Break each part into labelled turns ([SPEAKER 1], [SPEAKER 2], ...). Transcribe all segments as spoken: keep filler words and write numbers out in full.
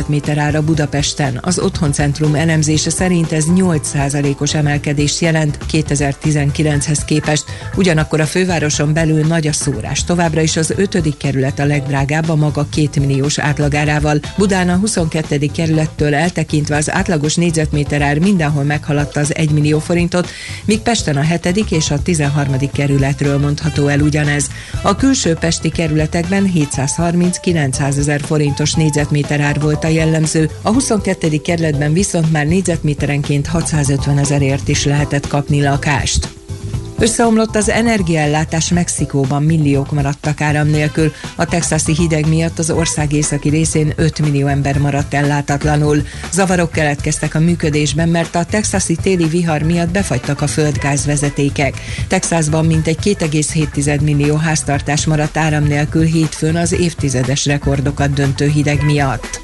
[SPEAKER 1] négyzetméter ára Budapesten. Az Otthoncentrum elemzése szerint ez nyolc százalékos emelkedést jelent kétezer-tizenkilenchez képest. Ugyanakkor a fővároson belül nagy a szórás. Továbbra is az ötödik kerület a legdrágább a maga kétmilliós átlagárával. Budán a huszonkettedik kerülettől eltekintve az átlagos négyzetméter ár mindenhol meghaladta az egymillió forintot, míg Pesten a hetedik és a tizenharmadik kerületről mondható el ugyanez. A külső pesti kerületekben hétszázharminc-kilencszázezer forintos négyzetméter ár volt a jellemző, a huszonkettedik kerületben viszont már négyzetméterenként hatszázötvenezerért is lehetett kapni lakást. Összeomlott az energiaellátás Mexikóban, milliók maradtak áram nélkül. A texasi hideg miatt az ország északi részén öt millió ember maradt ellátatlanul. Zavarok keletkeztek a működésben, mert a texasi téli vihar miatt befagytak a földgázvezetékek. Texasban mintegy két egész hét millió háztartás maradt áram nélkül hétfőn az évtizedes rekordokat döntő hideg miatt.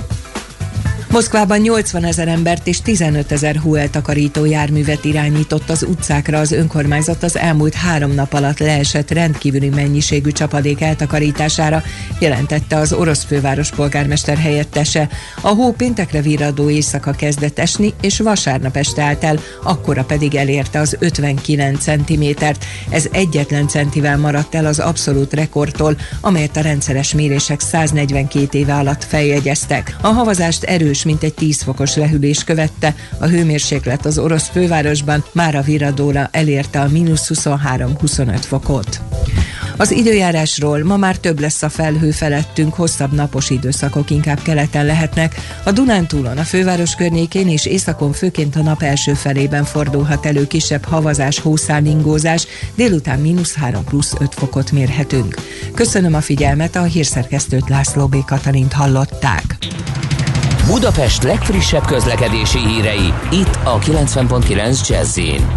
[SPEAKER 1] Moszkvában nyolcvanezer embert és tizenötezer hóeltakarító járművet irányított az utcákra az önkormányzat az elmúlt három nap alatt leesett rendkívüli mennyiségű csapadék eltakarítására, jelentette az orosz főváros polgármester helyettese. A hó péntekre virradó éjszaka kezdett esni, és vasárnap este állt el, akkora pedig elérte az ötvenkilenc centimétert. Ez egyetlen centivel maradt el az abszolút rekordtól, amelyet a rendszeres mérések száznegyvenkét éve alatt feljegyeztek. A havazást erős mintegy tíz fokos lehűlés követte, a hőmérséklet az orosz fővárosban már a virradóra elérte a mínusz huszonhárom-huszonöt fokot. Az időjárásról: ma már több lesz a felhő felettünk, hosszabb napos időszakok inkább keleten lehetnek. A Dunántúlon, a főváros környékén és északon főként a nap első felében fordulhat elő kisebb havazás, hószálingózás, délután mínusz három plusz öt fokot mérhetünk. Köszönöm a figyelmet, a hírszerkesztőt, László B. Katalint hallották.
[SPEAKER 2] Budapest legfrissebb közlekedési hírei, itt a kilencven pont kilenc Jazz-in.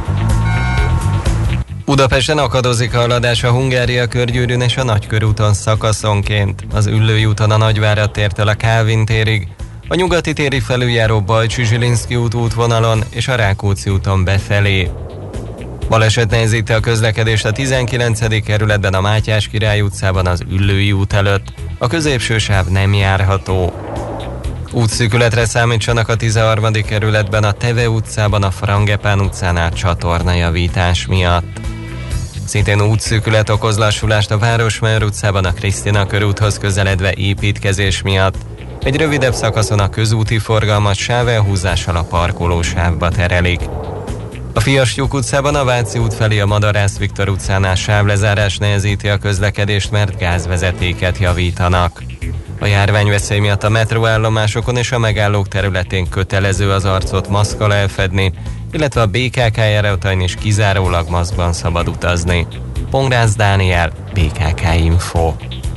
[SPEAKER 3] Budapesten akadozik a haladás a Hungária körgyűrűn és a Nagykörúton szakaszonként. Az Üllői úton a Nagyvárad tértől a Kálvin térig, a Nyugati téri felüljáró Bajcsy-Zsilinszky út útvonalon és a Rákóczi úton befelé. Baleset nehezíti a közlekedést a tizenkilencedik kerületben a Mátyás Király utcában az Üllői út előtt. A középső sáv nem járható. Útszűkületre számítsanak a tizenharmadik kerületben a Teve utcában, a Frangepán utcánál csatornajavítás miatt. Szintén útszűkület okoz lassulást a Városmajor utcában, a Krisztina körúthoz közeledve építkezés miatt. Egy rövidebb szakaszon a közúti forgalmat sávelhúzással a parkolósávba terelik. A Fiastyúk utcában a Váci út felé a Madarász Viktor utcánál sávlezárás nehezíti a közlekedést, mert gázvezetéket javítanak. A járványveszély miatt a metróállomásokon és a megállók területén kötelező az arcot maszkkal elfedni, illetve a bé ká ká járatain is kizárólag maszkban szabad utazni. Pongrácz Dániel, bé ká ká Info.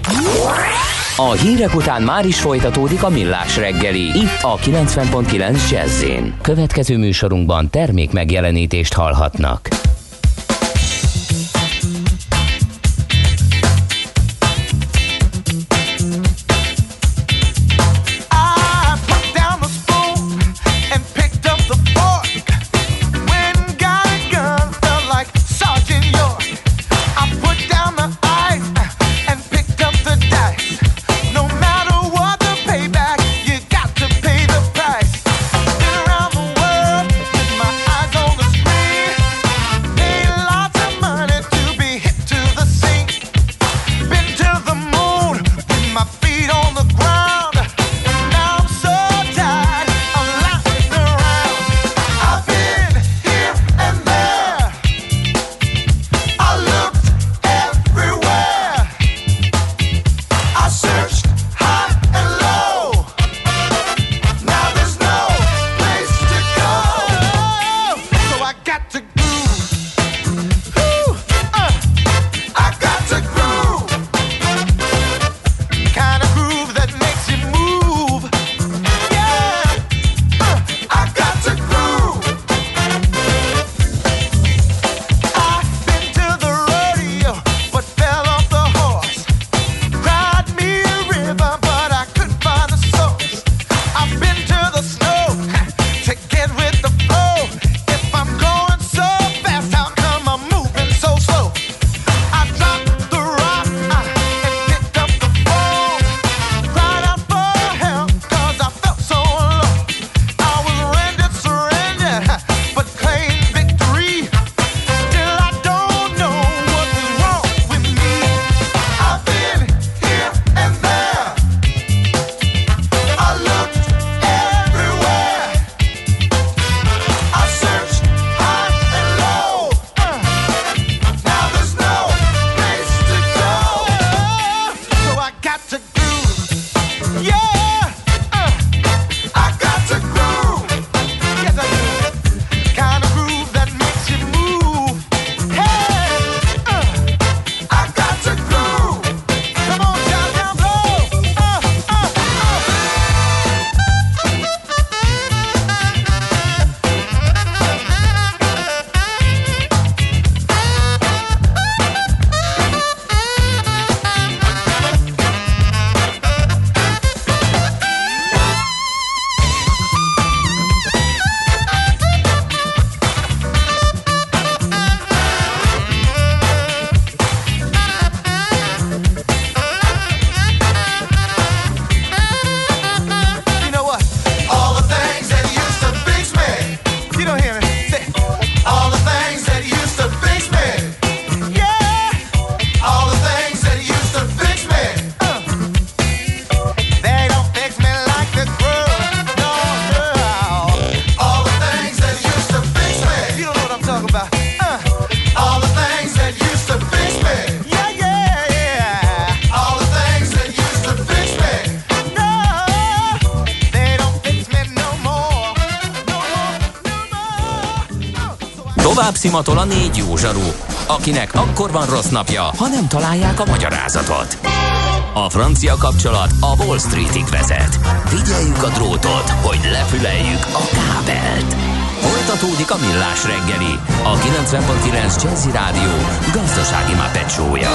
[SPEAKER 2] A hírek után már is folytatódik a Millás reggeli, itt a kilencven pont kilenc Jazz-in. Következő műsorunkban termék megjelenítést hallhatnak. Tovább szimatol a négy jó zsaru, akinek akkor van rossz napja, ha nem találják a magyarázatot. A francia kapcsolat a Wall Streetig vezet. Figyeljük a drótot, hogy lefüleljük a kábelt. Folytatódik a Millás reggeli, a kilencven pont kilenc Jazzy Rádió gazdasági Muppet show-ja.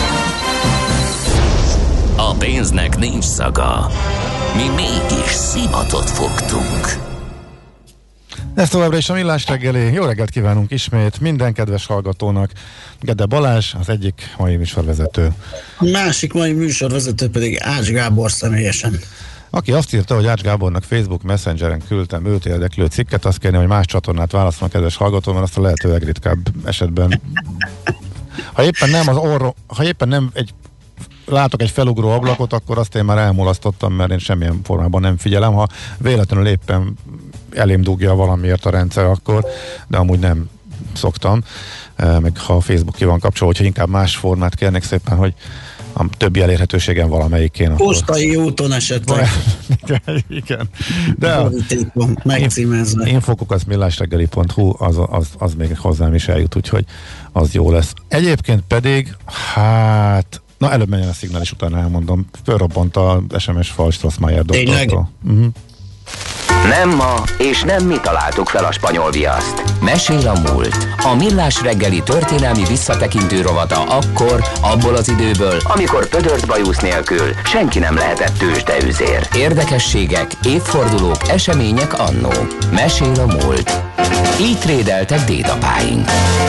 [SPEAKER 2] A pénznek nincs szaga. Mi mégis szimatot fogtunk.
[SPEAKER 4] Ez továbbra is a Millás reggeli. Jó reggelt kívánunk ismét minden kedves hallgatónak. Gede Balázs, az egyik mai műsorvezető.
[SPEAKER 5] A másik mai műsorvezető pedig Ács Gábor személyesen.
[SPEAKER 4] Aki azt írta, hogy Ács Gábornak Facebook Messengeren küldtem őt érdeklő cikket, azt kérni, hogy más csatornát válaszolnak, kedves hallgató, mert azt a lehető legritkább esetben. Ha éppen nem az orro, ha éppen nem egy látok egy felugró ablakot, akkor azt én már elmulasztottam, mert én semmilyen formában nem figyelem. Ha véletlenül éppen elém dugja valamiért a rendszer, akkor, de amúgy nem szoktam. Meg ha a Facebook ki van kapcsolva, hogyha inkább más formát kérnek szépen, hogy a többi elérhetőségen valamelyikén.
[SPEAKER 5] Postai akkor... úton esetleg.
[SPEAKER 4] Igen. De a
[SPEAKER 5] megcímezve.
[SPEAKER 4] Infokukat millásreggeli pont hu az, az, az még hozzám is eljut, úgyhogy az jó lesz. Egyébként pedig, hát na előbb menjen a szignál, és utána elmondom. Fölrobbant a es em es fal Strossmayer doktortól. Uh-huh.
[SPEAKER 2] Nem ma, és nem mi találtuk fel a spanyol viaszt. Mesél a múlt. A Millás reggeli történelmi visszatekintő rovata akkor, abból az időből, amikor pödört bajusz nélkül senki nem lehetett tőzsdeüzér. Érdekességek, évfordulók, események annó. Mesél a múlt. Így trédeltek dédapáink.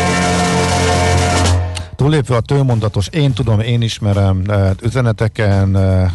[SPEAKER 4] Túllépve a tőmondatos, én tudom, én ismerem üzeneteken,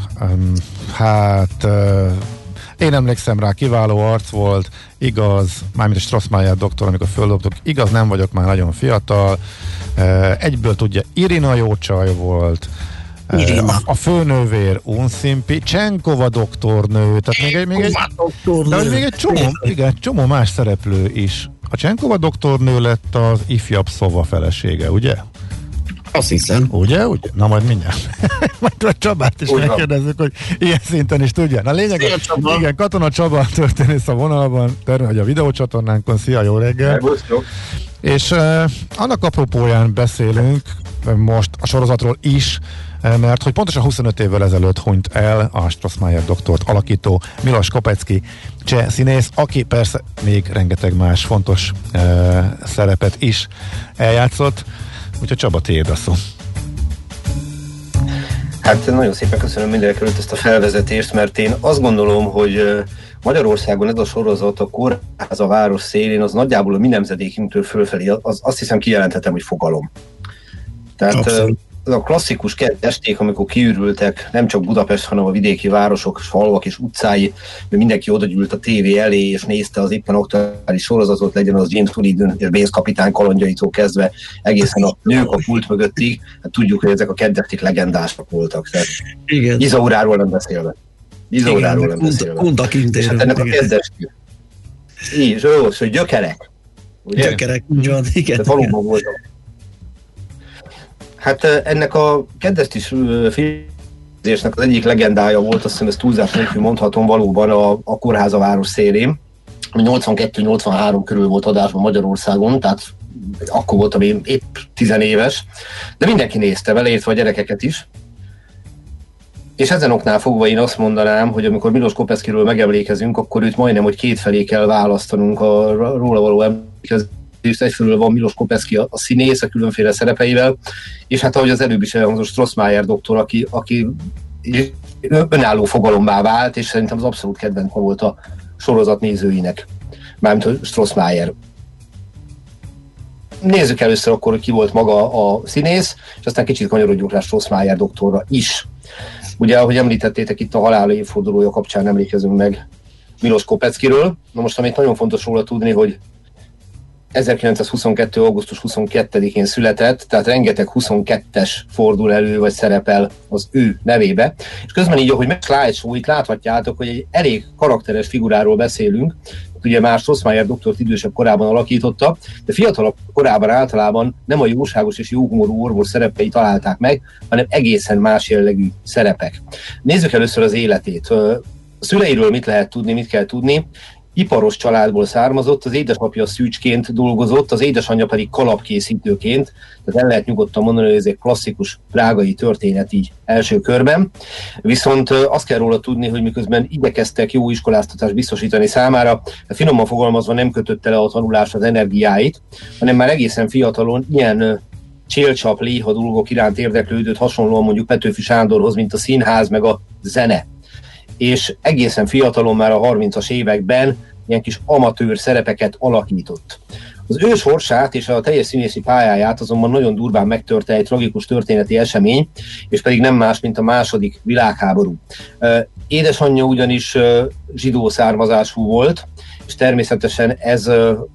[SPEAKER 4] hát én emlékszem rá, kiváló arc volt, igaz, mármint a Strossmayer doktor, amikor földobtuk, igaz, nem vagyok már nagyon fiatal, egyből tudja, Irina jó csaj volt, Irina. A, a főnővér Unszimpi, Csenkova doktornő, tehát még egy, még egy, de még egy csomó, igen, csomó más szereplő is. A Csenkova doktornő lett az ifjabb Szova felesége, ugye?
[SPEAKER 5] Azt hiszem.
[SPEAKER 4] Ugye? Ugye? Na majd mindjárt. Majd a Csabát is Ugyan. megkérdezzük, hogy ilyen szinten is tudja. Na lényeg, a, igen, Katona Csaba történész a vonalban, természetesen a videócsatornánkon. Szia, jó reggel! És uh, annak apropóján beszélünk most a sorozatról is, mert hogy pontosan huszonöt évvel ezelőtt hunyt el a Strossmayer doktort alakító Milos Kopecki cseh színész, aki persze még rengeteg más fontos uh, szerepet is eljátszott. Úgyhogy Csaba, tiéd a szó.
[SPEAKER 6] Hát nagyon szépen köszönöm mindenekelőtt ezt a felvezetést, mert én azt gondolom, hogy Magyarországon ez a sorozat, a Kórház a város szélén, az nagyjából a mi nemzedékünktől fölfelé, az, azt hiszem kijelenthetem, hogy fogalom. Tehát Abszolút. Az a klasszikus esték, amikor kiürültek nem csak Budapest, hanem a vidéki városok, falvak és utcái, mert mindenki odagyűlt a tévé elé, és nézte az éppen aktuális sorozatot, legyen az James Hooligan és Baines kapitány kalandjaitól kezdve egészen a nők a pult mögöttig. Hát tudjuk, hogy ezek a kedvesték legendásak voltak. Izauráról nem beszélve. Izauráról nem beszélve. És hát ennek a kedvesték. Így, és hogy gyökerek.
[SPEAKER 5] Ugye? Gyökerek, úgy van, igen.
[SPEAKER 6] Tehát valóban voltak. Hát ennek a kedvesztis filmzésnek az egyik legendája volt, azt hiszem, ezt túlzás nélkül mondhatom, valóban a, a Kórház a város szélén, ami nyolcvankettő nyolcvanhárom körül volt adásban Magyarországon, tehát akkor voltam én épp tizenéves, de mindenki nézte vele, értve a gyerekeket is. És ezen oknál fogva én azt mondanám, hogy amikor Milos Kopeckiről megemlékezünk, akkor őt majdnem, hogy kétfelé kell választanunk a róla való emlékezést. Egyfelől van Milos Kopecki a, a színész a különféle szerepeivel, és hát ahogy az előbb is elhangzott, Strossmayer doktor, aki, aki önálló fogalommá vált, és szerintem az abszolút kedvence volt a sorozat nézőinek, mármint Strossmayer. Nézzük először akkor, hogy ki volt maga a színész, és aztán kicsit kanyarodjunk rá Strossmayer doktorra is. Ugye, ahogy említettétek, itt a halála évfordulója kapcsán emlékezünk meg Milos Kopeckiről. Na most, amit nagyon fontos róla tudni, hogy ezerkilencszázhuszonkettő. augusztus huszonkettedikén született, tehát rengeteg huszonkettes fordul elő, vagy szerepel az ő nevébe. És közben így, ahogy meg slideshow, itt láthatjátok, hogy egy elég karakteres figuráról beszélünk. Ugye már Strossmayer doktort idősebb korában alakította, de fiatalabb korában általában nem a jóságos és jóhumorú orvos szerepei találták meg, hanem egészen más jellegű szerepek. Nézzük először az életét. A szüleiről mit lehet tudni, mit kell tudni. iparos családból származott, az édesapja szűcsként dolgozott, az édesanyja pedig kalapkészítőként, tehát el lehet nyugodtan mondani, hogy ez egy klasszikus prágai történet így első körben. Viszont azt kell róla tudni, hogy miközben igyekeztek jó iskoláztatást biztosítani számára, finoman fogalmazva nem kötötte le a tanulás az energiáit, hanem már egészen fiatalon ilyen csélcsap, léha dolgok iránt érdeklődött, hasonlóan mondjuk Petőfi Sándorhoz, mint a színház meg a zene. És egészen fiatalon már a harmincas években ilyen kis amatőr szerepeket alakított. Az ő sorsát és a teljes színészi pályáját azonban nagyon durván megtörte egy tragikus történeti esemény, és pedig nem más, mint a második világháború. Édesanyja ugyanis zsidó származású volt, és természetesen ez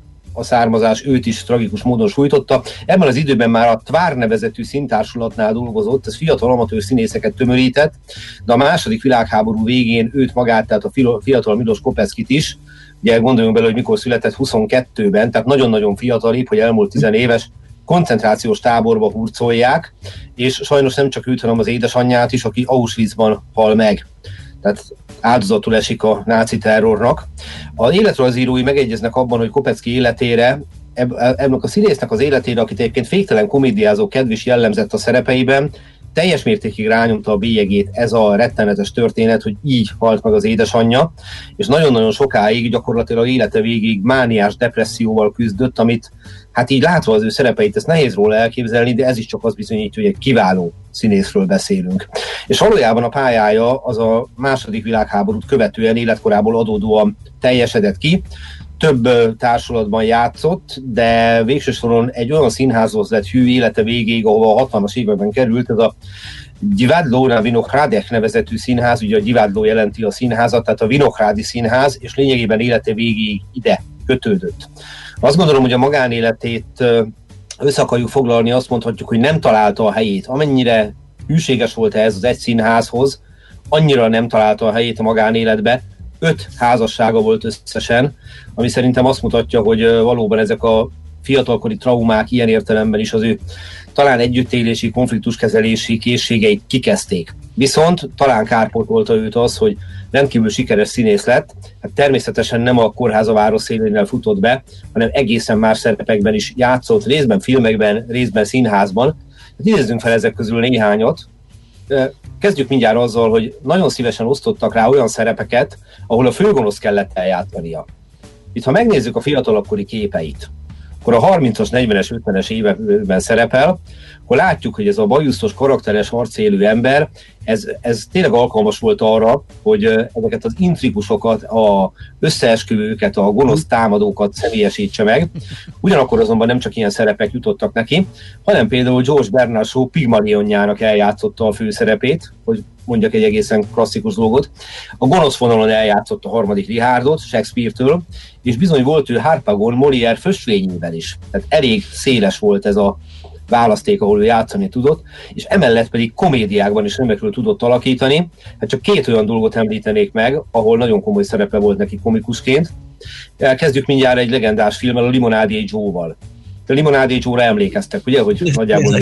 [SPEAKER 6] a származás őt is tragikus módon sújtotta. Ebben az időben már a Tvár nevezetű színtársulatnál dolgozott, ez fiatal amatőr színészeket tömörített, de a második világháború végén őt magát, tehát a fiatal Milos Kopeckit is, ugye gondoljunk bele, hogy mikor született, huszonkettőben, tehát nagyon-nagyon fiatal, épp, hogy elmúlt tizenéves, koncentrációs táborba hurcolják, és sajnos nem csak őt, hanem az édesanyját is, aki Auschwitzban hal meg. Tehát áldozatul esik a náci terrornak. Az életrajzírói megegyeznek abban, hogy Kopecki életére, ennek a színésznek az életére, akit egyébként féktelen komédiázó kedv is jellemzett a szerepeiben, teljes mértékig rányomta a bélyegét ez a rettenetes történet, hogy így halt meg az édesanyja, és nagyon-nagyon sokáig, gyakorlatilag élete végig mániás depresszióval küzdött, amit hát így látva az ő szerepeit, ezt nehéz róla elképzelni, de ez is csak azt bizonyítja, hogy egy kiváló színészről beszélünk. És valójában a pályája az a második világháborút követően életkorából adódóan teljesedett ki, több társulatban játszott, de végső soron egy olyan színházhoz lett hű élete végéig, ahova a hatvanas években került, ez a Divadlo na Vinohradech nevezetű színház, ugye a Divadlo jelenti a színházat, tehát a Vinohradi színház, és lényegében élete végéig ide kötődött. Azt gondolom, hogy a magánéletét össze akarjuk foglalni, azt mondhatjuk, hogy nem találta a helyét. Amennyire hűséges volt ez az egy színházhoz, annyira nem találta a helyét a magánéletbe. Öt házassága volt összesen, ami szerintem azt mutatja, hogy valóban ezek a fiatalkori traumák ilyen értelemben is az ő talán együttélési, konfliktuskezelési készségeit kikezdték. Viszont talán kárpótolta őt az, hogy rendkívül sikeres színész lett, hát természetesen nem a Kórház a város szélénél futott be, hanem egészen más szerepekben is játszott, részben filmekben, részben színházban. Hát idézzünk fel ezek közül néhányat. Kezdjük mindjárt azzal, hogy nagyon szívesen osztottak rá olyan szerepeket, ahol a főgonosz kellett eljátszania. Itt, ha megnézzük a fiatalakkori képeit, akkor a harmincas, negyvenes, ötvenes években szerepel, akkor látjuk, hogy ez a bajuszos, karakteres, arcélű ember, ez, ez tényleg alkalmas volt arra, hogy ezeket az intrigusokat, az összeesküvőket, a gonosz támadókat személyesítse meg. Ugyanakkor azonban nem csak ilyen szerepek jutottak neki, hanem például George Bernard Shaw Pigmalionjának eljátszotta a főszerepét, hogy mondjak egy egészen klasszikus dolgot. A gonosz vonalon eljátszott a harmadik Richardot, Shakespeare-től, és bizony volt ő Harpagon, Molière fösvényében is. Tehát elég széles volt ez a választék, ahol ő játszani tudott, és emellett pedig komédiákban is remekül tudott alakítani. Hát csak két olyan dolgot említenék meg, ahol nagyon komoly szerepe volt neki komikusként. Kezdjük mindjárt egy legendás filmmel, a Limonádé Joe-val. A Limonádé Joe-ra emlékeztek, ugye, hogy nagyjából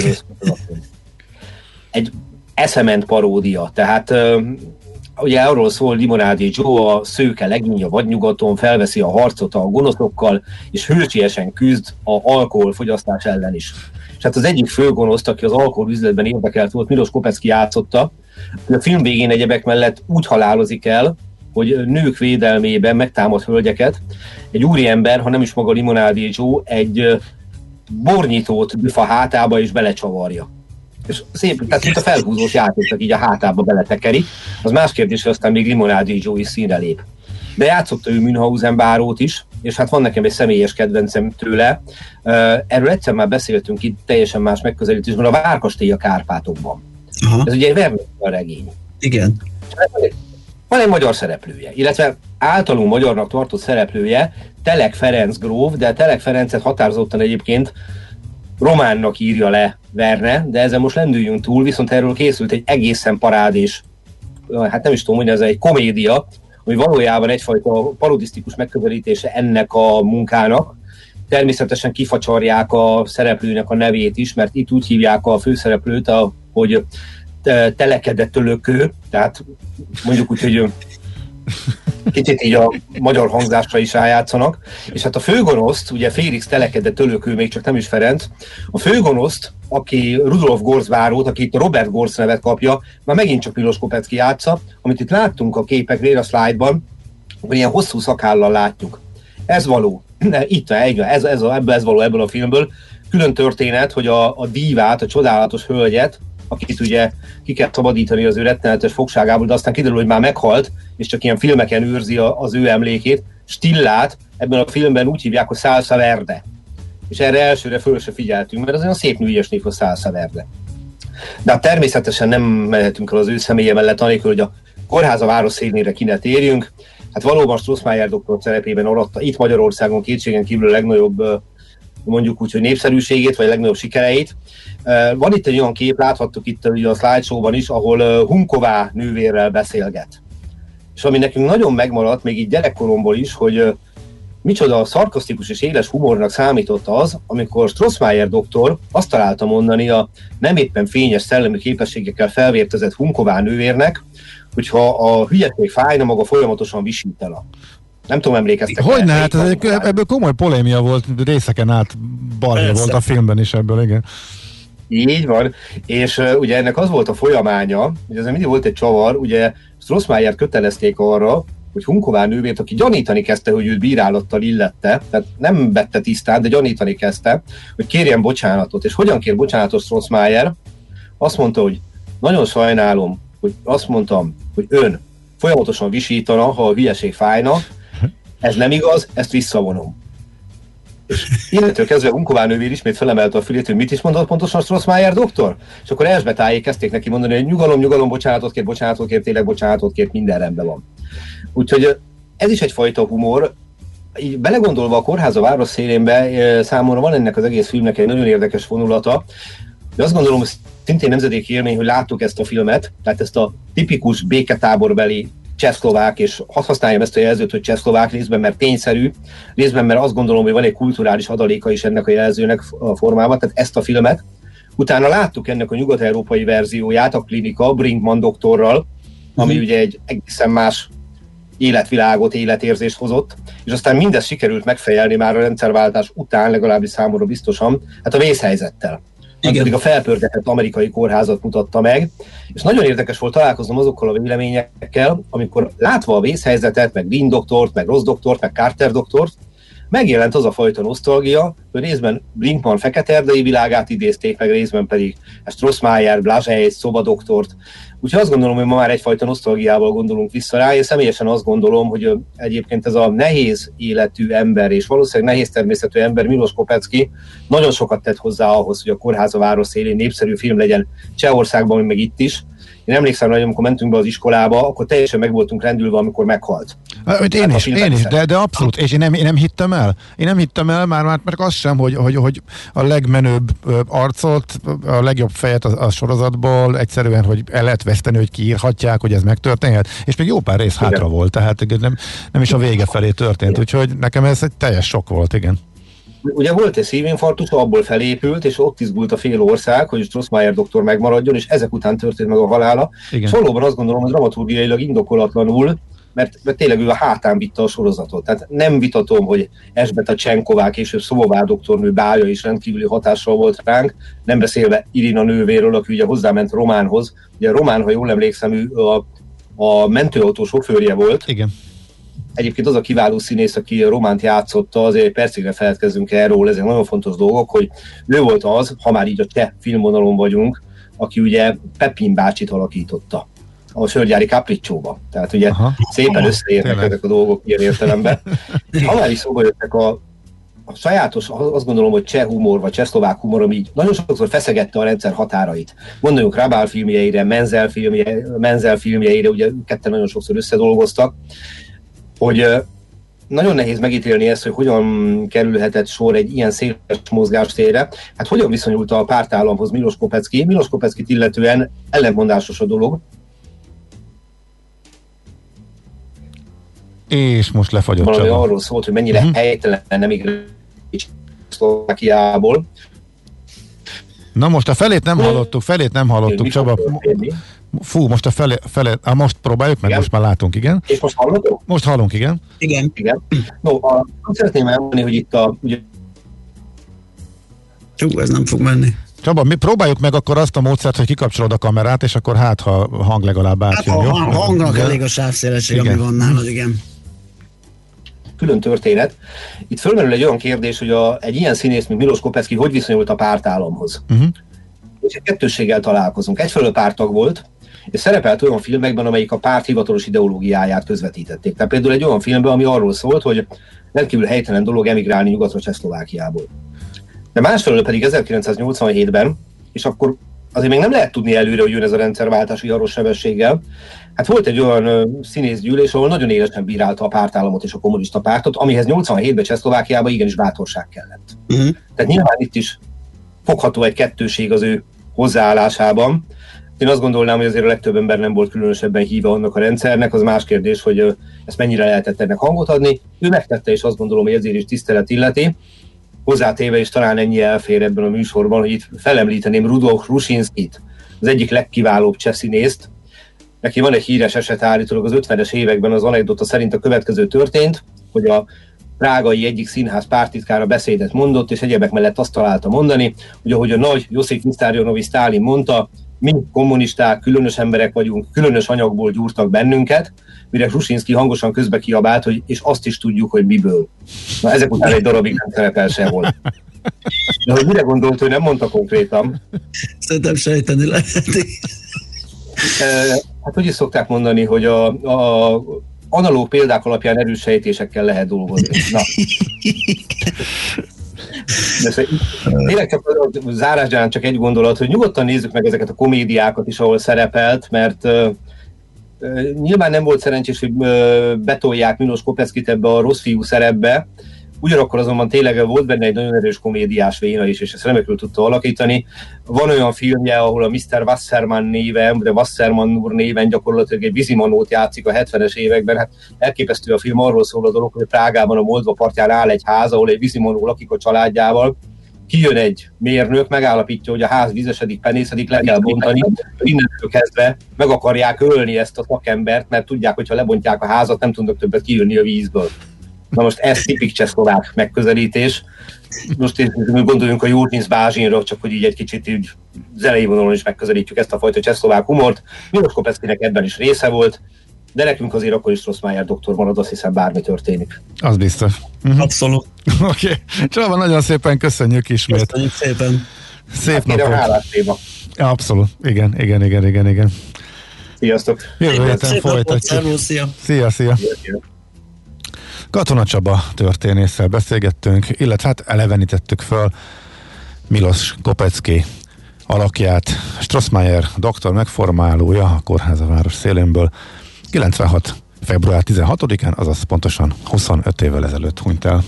[SPEAKER 6] egy eszement paródia, tehát ugye arról szól Limonádé Joe, a szőke legény a vadnyugaton, felveszi a harcot a gonoszokkal, és hősiesen küzd a alkoholfogyasztás ellen is. És hát az egyik főgonoszt, aki az alkoholüzletben érdekelt volt, Milos Kopecki játszotta, hogy a film végén egyebek mellett úgy halálozik el, hogy nők védelmében megtámad hölgyeket. Egy úriember, ha nem is maga Limonádé Joe, egy bornyitót büfa hátába és belecsavarja. És szép, tehát itt a felhúzós játéknak így a hátába beletekeri. Az más kérdés, hogy aztán még Limonádé Joe is színre lép. De játszotta ő Münchhausen bárót is, és hát van nekem egy személyes kedvencem tőle. Erről egyszer már beszéltünk itt teljesen más megközelítésben, a Várkastély a Kárpátokban. Aha. Ez ugye egy Verne regény.
[SPEAKER 5] Igen.
[SPEAKER 6] Van egy magyar szereplője, illetve általunk magyarnak tartott szereplője, Telek Ferenc gróf, de Telek Ferencet határozottan egyébként románnak írja le Verne, de ezen most lendüljünk túl, viszont erről készült egy egészen parádés, hát nem is tudom, hogy ez egy komédia, ami valójában egyfajta parodisztikus megközelítése ennek a munkának. Természetesen kifacsarják a szereplőnek a nevét is, mert itt úgy hívják a főszereplőt, hogy telekedett tölökő, tehát mondjuk úgy, hogy kicsit így a magyar hangzásra is rájátszanak, és hát a főgonoszt, ugye Félix Teleke, de Tölökő még csak nem is Ferenc, a főgonoszt, aki Rudolf Gorzbárót, aki itt Robert Gorz nevet kapja, már megint csak Milos Kopecki játsza, amit itt láttunk a képeknél, a szlájdban, hogy ilyen hosszú szakállal látjuk. Ez való. Itt ez, ez, ebből ez való ebből a filmből. Külön történet, hogy a, a dívát, a csodálatos hölgyet, akit ugye ki kell szabadítani az ő rettenetes fogságából, de aztán kiderül, hogy már meghalt, és csak ilyen filmeken őrzi a, az ő emlékét. Stillát ebben a filmben úgy hívják, hogy Salsa Verde. És erre elsőre föl se figyeltünk, mert az olyan szép nőies név, hogy Salsa Verde. De hát természetesen nem mehetünk el az ő személye mellett, anélkül, hogy a kórház a város szélére ki ne térjünk. Hát valóban Strossmayer doktor szerepében aratta itt Magyarországon kétségen kívül a legnagyobb, mondjuk úgy, hogy népszerűségét, vagy a legnagyobb sikereit. Van itt egy olyan kép, láthattuk itt a slideshow-ban is, ahol Hunková nővérrel beszélget. És ami nekünk nagyon megmaradt, még így gyerekkoromból is, hogy micsoda szarkasztikus és éles humornak számított az, amikor Strossmayer doktor azt találta mondani a nem éppen fényes szellemi képességekkel felvértezett Hunková nővérnek, hogyha a hülyeség fájna, maga folyamatosan visítana. Nem tudom, emlékeztek.
[SPEAKER 4] Hogyne, hát ez, ebből komoly polémia volt, részeken át balja volt a filmben is ebből, igen.
[SPEAKER 6] Így van, és uh, ugye ennek az volt a folyamánya, hogy ezzel mindig volt egy csavar, ugye Strossmayert kötelezték arra, hogy Hunková nővért, aki gyanítani kezdte, hogy őt bírálattal illette, tehát nem vette tisztán, de gyanítani kezdte, hogy kérjen bocsánatot. És hogyan kér bocsánatot Strossmayer? Azt mondta, hogy nagyon sajnálom, hogy azt mondtam, hogy ön folyamatosan visítana, ha a hülyeség fájna, ez nem igaz, ezt visszavonom. És innentől kezdve Hunková nővér ismét felemelte a fülét, hogy mit is mondott pontosan Strossmayer doktor? És akkor Erzsébettáék kezdték neki mondani, hogy nyugalom, nyugalom, bocsánatot kért, bocsánatot kért, tényleg bocsánatot kért, minden rendben van. Úgyhogy ez is egyfajta humor. Így belegondolva a kórház a város szélénbe, számomra van ennek az egész filmnek egy nagyon érdekes vonulata. De azt gondolom, hogy szintén nemzedéki élmény, hogy láttuk ezt a filmet, tehát ezt a tipikus béketáborbeli csehszlovák, és hadd használjam ezt a jelzőt, hogy csehszlovák, részben, mert tényszerű, részben, mert azt gondolom, hogy van egy kulturális adaléka is ennek a jelzőnek a formában, tehát ezt a filmet. Utána láttuk ennek a nyugat-európai verzióját, a Klinika, Brinkmann doktorral, ami mm. ugye egy egészen más életvilágot, életérzést hozott, és aztán mindezt sikerült megfejelni már a rendszerváltás után, legalábbis számomra biztosan, hát a vészhelyzettel. Pedig a felpörgetett amerikai kórházat mutatta meg, és nagyon érdekes volt találkoznom azokkal a véleményekkel, amikor látva a vészhelyzetet, meg Green doktort, meg Ross doktort, meg Carter doktort, megjelent az a fajta nosztalgia, hogy részben Brinkmann fekete-erdei világát idézték, meg részben pedig Strossmayer, Blazsely, Szoba doktort. Úgyhogy azt gondolom, hogy ma már egyfajta nosztalgiával gondolunk vissza rá. Én személyesen azt gondolom, hogy egyébként ez a nehéz életű ember, és valószínűleg nehéz természetű ember, Milos Kopecki nagyon sokat tett hozzá ahhoz, hogy a kórház a város szélén népszerű film legyen Csehországban, meg itt is. Én emlékszem, hogy amikor mentünk be az iskolába, akkor teljesen meg voltunk rendülve, amikor meghalt.
[SPEAKER 4] Én is, én is, de, de abszolút, és én nem, én nem hittem el. Én nem hittem el, már, már az sem, hogy, hogy, hogy a legmenőbb arcot, a legjobb fejet a, a sorozatból egyszerűen, hogy el lehet veszteni, hogy kiírhatják, hogy ez megtörténhet, és még jó pár rész igen. hátra volt, tehát nem, nem is a vége felé történt, igen. úgyhogy nekem ez egy teljes sok volt, igen.
[SPEAKER 6] Ugye volt egy szívinfarktus, abból felépült, és ott izgult a fél ország, hogy Strossmayer doktor megmaradjon, és ezek után történt meg a halála. Igen. És valóban azt gondolom, hogy dramaturgiailag indokolatlanul, mert, mert tényleg ő a hátán vitte a sorozatot. Tehát nem vitatom, hogy Erzsébeta Csenková, később Szobová doktornő bája is rendkívüli hatással volt ránk, nem beszélve Irina nővéről, aki ugye hozzáment Románhoz. Ugye Román, ha jól emlékszem, ő a, a mentőautó sofőrje volt.
[SPEAKER 4] Igen.
[SPEAKER 6] Egyébként az a kiváló színész, aki Románt játszotta, azért egy percigre feledkezzünk erről, ezek nagyon fontos dolgok, hogy ő volt az, ha már így a te filmvonalon vagyunk, aki ugye Pepin bácsit alakította a Sörgyári Capriccióba. Tehát ugye aha, szépen összeérnek ezek a dolgok ilyen értelemben. Ha már is szóba jöttek a, a sajátos, azt gondolom, hogy cseh humor, vagy csehszlovák humor, ami így nagyon sokszor feszegette a rendszer határait. Gondoljunk Rabál filmjeire, Menzel, filmje, Menzel filmjeire, ugye ketten nagyon sokszor összedolgoztak, hogy nagyon nehéz megítélni ezt, hogy hogyan kerülhetett sor egy ilyen széles mozgástérre. Hát hogyan viszonyult a pártállamhoz Milos Kopecki? Milos Kopeckit illetően ellentmondásos a dolog.
[SPEAKER 4] És most lefagyott
[SPEAKER 6] Csaba. Valami arról szólt, hogy mennyire uh-huh. helytelen nem igaz Szlovákiából.
[SPEAKER 4] Na most a felét nem hallottuk, felét nem hallottuk, Csaba. Fú, most a fele, fele á, most próbáljuk meg, igen. Most már látunk, igen.
[SPEAKER 6] És most hallottok?
[SPEAKER 4] Most hallunk, igen.
[SPEAKER 5] Igen.
[SPEAKER 6] Igen. No, a, szeretném elmondani, hogy itt a... Ugye...
[SPEAKER 5] Csú, ez nem fog menni.
[SPEAKER 4] Csaba, mi próbáljuk meg akkor azt a módszert, hogy kikapcsolod a kamerát, és akkor hát, ha hang legalább átjön,
[SPEAKER 5] hát,
[SPEAKER 4] jó?
[SPEAKER 5] A hangnak de... elég a sávszélesség, ami van nálad, igen.
[SPEAKER 6] Külön történet. Itt fölmerül egy olyan kérdés, hogy a, egy ilyen színész, mint Milos Kopecki, hogy viszonyult a pártállamhoz. Uh-huh. És egy kettősséggel találkozunk. Egyfelől pártag volt, és szerepelt olyan filmekben, amelyik a párt hivatalos ideológiáját közvetítették. Tehát például egy olyan filmben, ami arról szólt, hogy rendkívül helytelen dolog emigrálni nyugatra Csehszlovákiából. De másfelől pedig ezerkilencszáznyolcvanhétben, és akkor azért még nem lehet tudni előre, hogy jön ez a rendszerváltás viharos sebességgel, hát volt egy olyan ö, színészgyűlés, ahol nagyon élesen bírálta a pártállamot és a kommunista pártot, amihez nyolcvanhétben Csehszlovákiában igenis bátorság kellett. Uh-huh. Tehát nyilván itt is fogható egy kettőség az ő hozzáállásában. Én azt gondolnám, hogy azért a legtöbb ember nem volt különösebben híve annak a rendszernek, az más kérdés, hogy ö, ezt mennyire lehetett ennek hangot adni. Ő megtette, és azt gondolom, hogy ezért is tisztelet illeti. Hozzátéve, és talán ennyi elfér ebben a műsorban, hogy itt felemlíteném Rudolf Hrušinskit, az egyik legkiválóbb cseh színészt. Neki van egy híres eset, állítólag az ötvenes években az anekdota szerint a következő történt, hogy a prágai egyik színház pártitkára beszédet mondott, és egyebek mellett azt találta mondani, hogy ahogy a nagy Josif Vissarionovics Sztálin mondta, mi kommunisták különös emberek vagyunk, különös anyagból gyúrtak bennünket, mire Hrušinski hangosan közbe kiabált, hogy és azt is tudjuk, hogy miből. Na ezek után egy darabig nem szerepel sehol. De hogy mire gondolt, hogy nem mondta konkrétan.
[SPEAKER 5] Szerintem sejteni lehet.
[SPEAKER 6] Hát hogy is szokták mondani, hogy a, a analóg példák alapján erős sejtésekkel lehet dolgozni. Na. De tényleg csak a zárásgyárán csak egy gondolat, hogy nyugodtan nézzük meg ezeket a komédiákat is, ahol szerepelt, mert uh, uh, nyilván nem volt szerencsés, hogy uh, betolják Milos Kopeckit ebbe a rossz fiú szerepbe, ugyanakkor azonban tényleg volt benne egy nagyon erős komédiás véna is, és ezt remekül tudta alakítani. Van olyan filmje, ahol a miszter Wasserman néven, de Wasserman úr néven gyakorlatilag egy vízimanót játszik a hetvenes években. Hát elképesztő a film, arról szól a dolog, hogy Prágában a Moldva partján áll egy ház, ahol egy vízimanó lakik a családjával. Kijön egy mérnök, megállapítja, hogy a ház vizesedik, penészedik, le kell bontani, innentől kezdve meg akarják ölni ezt a szakembert, mert tudják, hogy ha lebontják a házat, nem tudnak többet kijönni a vízből. Na most ez tipik csehszlovák megközelítés. Most gondoljunk a Jurnysz Bázsinra, csak hogy így egy kicsit így az elejé vonalon is megközelítjük ezt a fajta csehszlovák humort. Milos Kopeckinek ebben is része volt, de nekünk azért akkor is Strossmayer doktor marad, azt hiszem bármi történik.
[SPEAKER 4] Az biztos.
[SPEAKER 5] Uh-huh. Abszolút.
[SPEAKER 4] Oké. Okay. Csaba, nagyon szépen köszönjük ismét.
[SPEAKER 5] Köszönjük szépen.
[SPEAKER 4] Szép
[SPEAKER 6] hát
[SPEAKER 4] napot.
[SPEAKER 6] Hálás téma.
[SPEAKER 4] Abszolút. Igen, igen, igen, igen, igen.
[SPEAKER 6] Sziasztok.
[SPEAKER 4] Jövő héten folytatjuk.
[SPEAKER 5] Szia.
[SPEAKER 4] Szia, szia. szia. Katona Csaba történésszel beszélgettünk, illetve hát elevenítettük föl Milos Kopecki alakját. Strossmayer doktor megformálója a kórház a város szélénből kilencvenhat február tizenhatodikán, azaz pontosan huszonöt évvel ezelőtt hunyt el.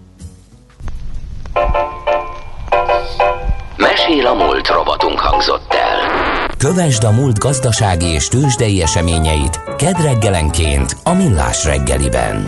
[SPEAKER 2] Mesél a múlt robotunk hangzott el. Kövesd a múlt gazdasági és tőzsdei eseményeit kedd reggelenként a Millás reggeliben.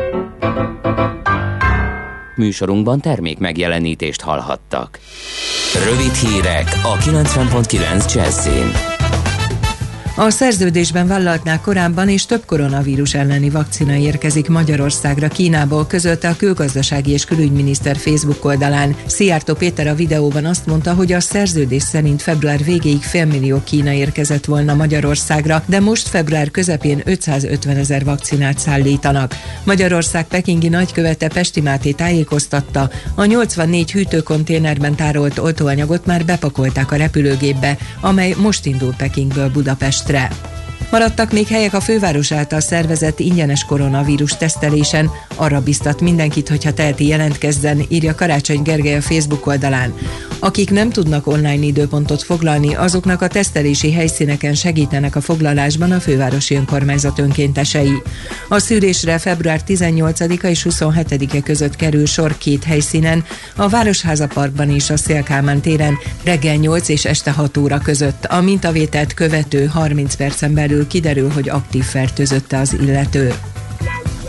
[SPEAKER 2] Műsorunkban termék megjelenítést hallhattak. Rövid hírek a kilencven pont kilenc Jazzin.
[SPEAKER 1] A szerződésben vállaltnál korábban és több koronavírus elleni vakcina érkezik Magyarországra Kínából, közölte a külgazdasági és külügyminiszter Facebook oldalán. Szijjártó Péter a videóban azt mondta, hogy a szerződés szerint február végéig félmillió kína érkezett volna Magyarországra, de most február közepén ötszázötven ezer vakcinát szállítanak. Magyarország pekingi nagykövete Pesti Máté tájékoztatta, a nyolcvannégy hűtőkonténerben tárolt oltóanyagot már bepakolták a repülőgépbe, amely most indul Pekingből Budapestre. Maradtak még helyek a főváros által szervezett ingyenes koronavírus tesztelésen, arra biztat mindenkit, hogyha teheti, jelentkezzen, írja Karácsony Gergely a Facebook oldalán. Akik nem tudnak online időpontot foglalni, azoknak a tesztelési helyszíneken segítenek a foglalásban a fővárosi önkormányzat önkéntesei. A szűrésre február tizennyolcadika és huszonhetedike között kerül sor két helyszínen, a Városháza Parkban és a Széll Kálmán téren reggel nyolc és este hat óra között. A mintavételt követő harminc percen belül kiderül, hogy aktív fertőzötte az illető.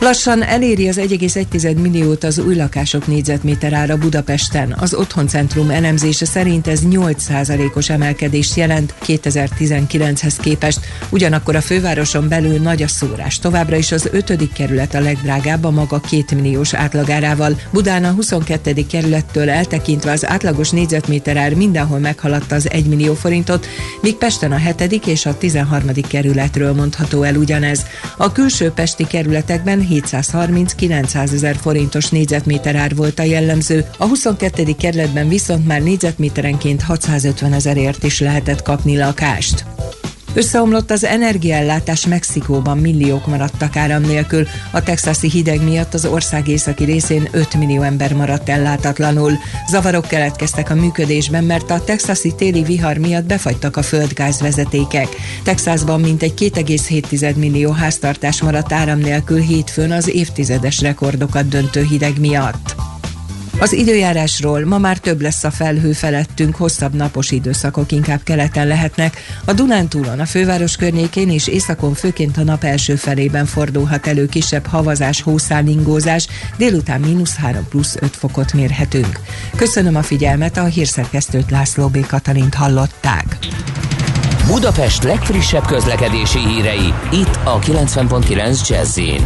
[SPEAKER 1] Lassan eléri az egy egész egy milliót az új lakások négyzetméter ára Budapesten. Az Otthoncentrum elemzése szerint ez nyolc százalékos emelkedést jelent kétezer-tizenkilenchez képest. Ugyanakkor a fővároson belül nagy a szórás. Továbbra is az ötödik kerület a legdrágább a maga két milliós átlagárával. Budán a huszonkettedik kerülettől eltekintve az átlagos négyzetméter ár mindenhol meghaladta az egy millió forintot, míg Pesten a hetedik és a tizenharmadik kerületről mondható el ugyanez. A külső pesti kerületekben hétszázharminc-kilencszázezer forintos négyzetméter ár volt a jellemző, a huszonkettedik kerületben viszont már négyzetméterenként hatszázötven ezerért is lehetett kapni lakást. Összeomlott az energiaellátás Mexikóban, milliók maradtak áram nélkül. A texasi hideg miatt az ország északi részén öt millió ember maradt ellátatlanul. Zavarok keletkeztek a működésben, mert a texasi téli vihar miatt befagytak a földgázvezetékek. Texasban mintegy két egész hét millió háztartás maradt áram nélkül hétfőn az évtizedes rekordokat döntő hideg miatt. Az időjárásról: ma már több lesz a felhő felettünk, hosszabb napos időszakok inkább keleten lehetnek. A Dunántúlon, a főváros környékén és északon főként a nap első felében fordulhat elő kisebb havazás, hószálingózás, délután mínusz három plusz öt fokot mérhetünk. Köszönöm a figyelmet, a hírszerkesztőt, László B. Katalint hallották.
[SPEAKER 2] Budapest legfrissebb közlekedési hírei, itt a kilencven pont kilenc Jazz-in.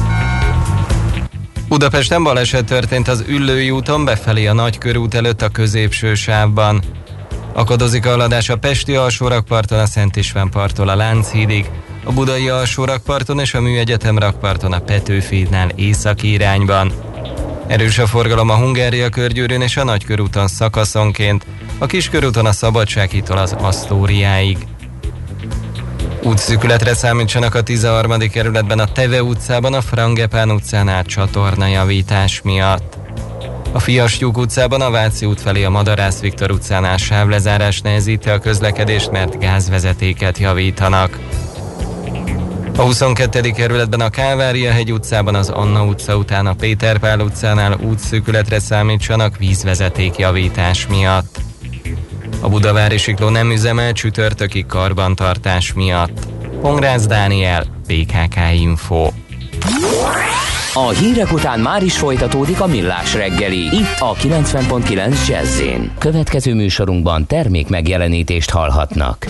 [SPEAKER 3] Budapesten baleset történt az Üllői úton befelé a Nagykörút előtt a középső sávban. Akadozik a haladás a Pesti alsórakparton a Szent István parttól a Lánchídig, a Budai alsórakparton és a Műegyetem rakparton a Petőfidnál északi irányban. Erős a forgalom a Hungária körgyűrűn és a Nagykörúton szakaszonként, a Kiskörúton a Szabadsághídtól az Asztóriáig. Útszűkületre számítsanak a tizenharmadik kerületben a Teve utcában, a Frangepán utcánál csatornajavítás miatt. A Fiastyúk utcában a Váci út felé a Madarász Viktor utcánál sávlezárás nehezíti a közlekedést, mert gázvezetéket javítanak. A huszonkettedik kerületben a Kálvária-hegy utcában, az Anna utca után a Péter Pál utcánál útszűkületre számítsanak vízvezetékjavítás miatt. A Budavári Sikló nem üzemel csütörtöki karbantartás miatt. Pongrácz Dániel, bé ká ká Info.
[SPEAKER 2] A hírek után már is folytatódik a Millás reggeli, itt a kilencven pont kilenc Jazz-in. Következő műsorunkban termék megjelenítést hallhatnak.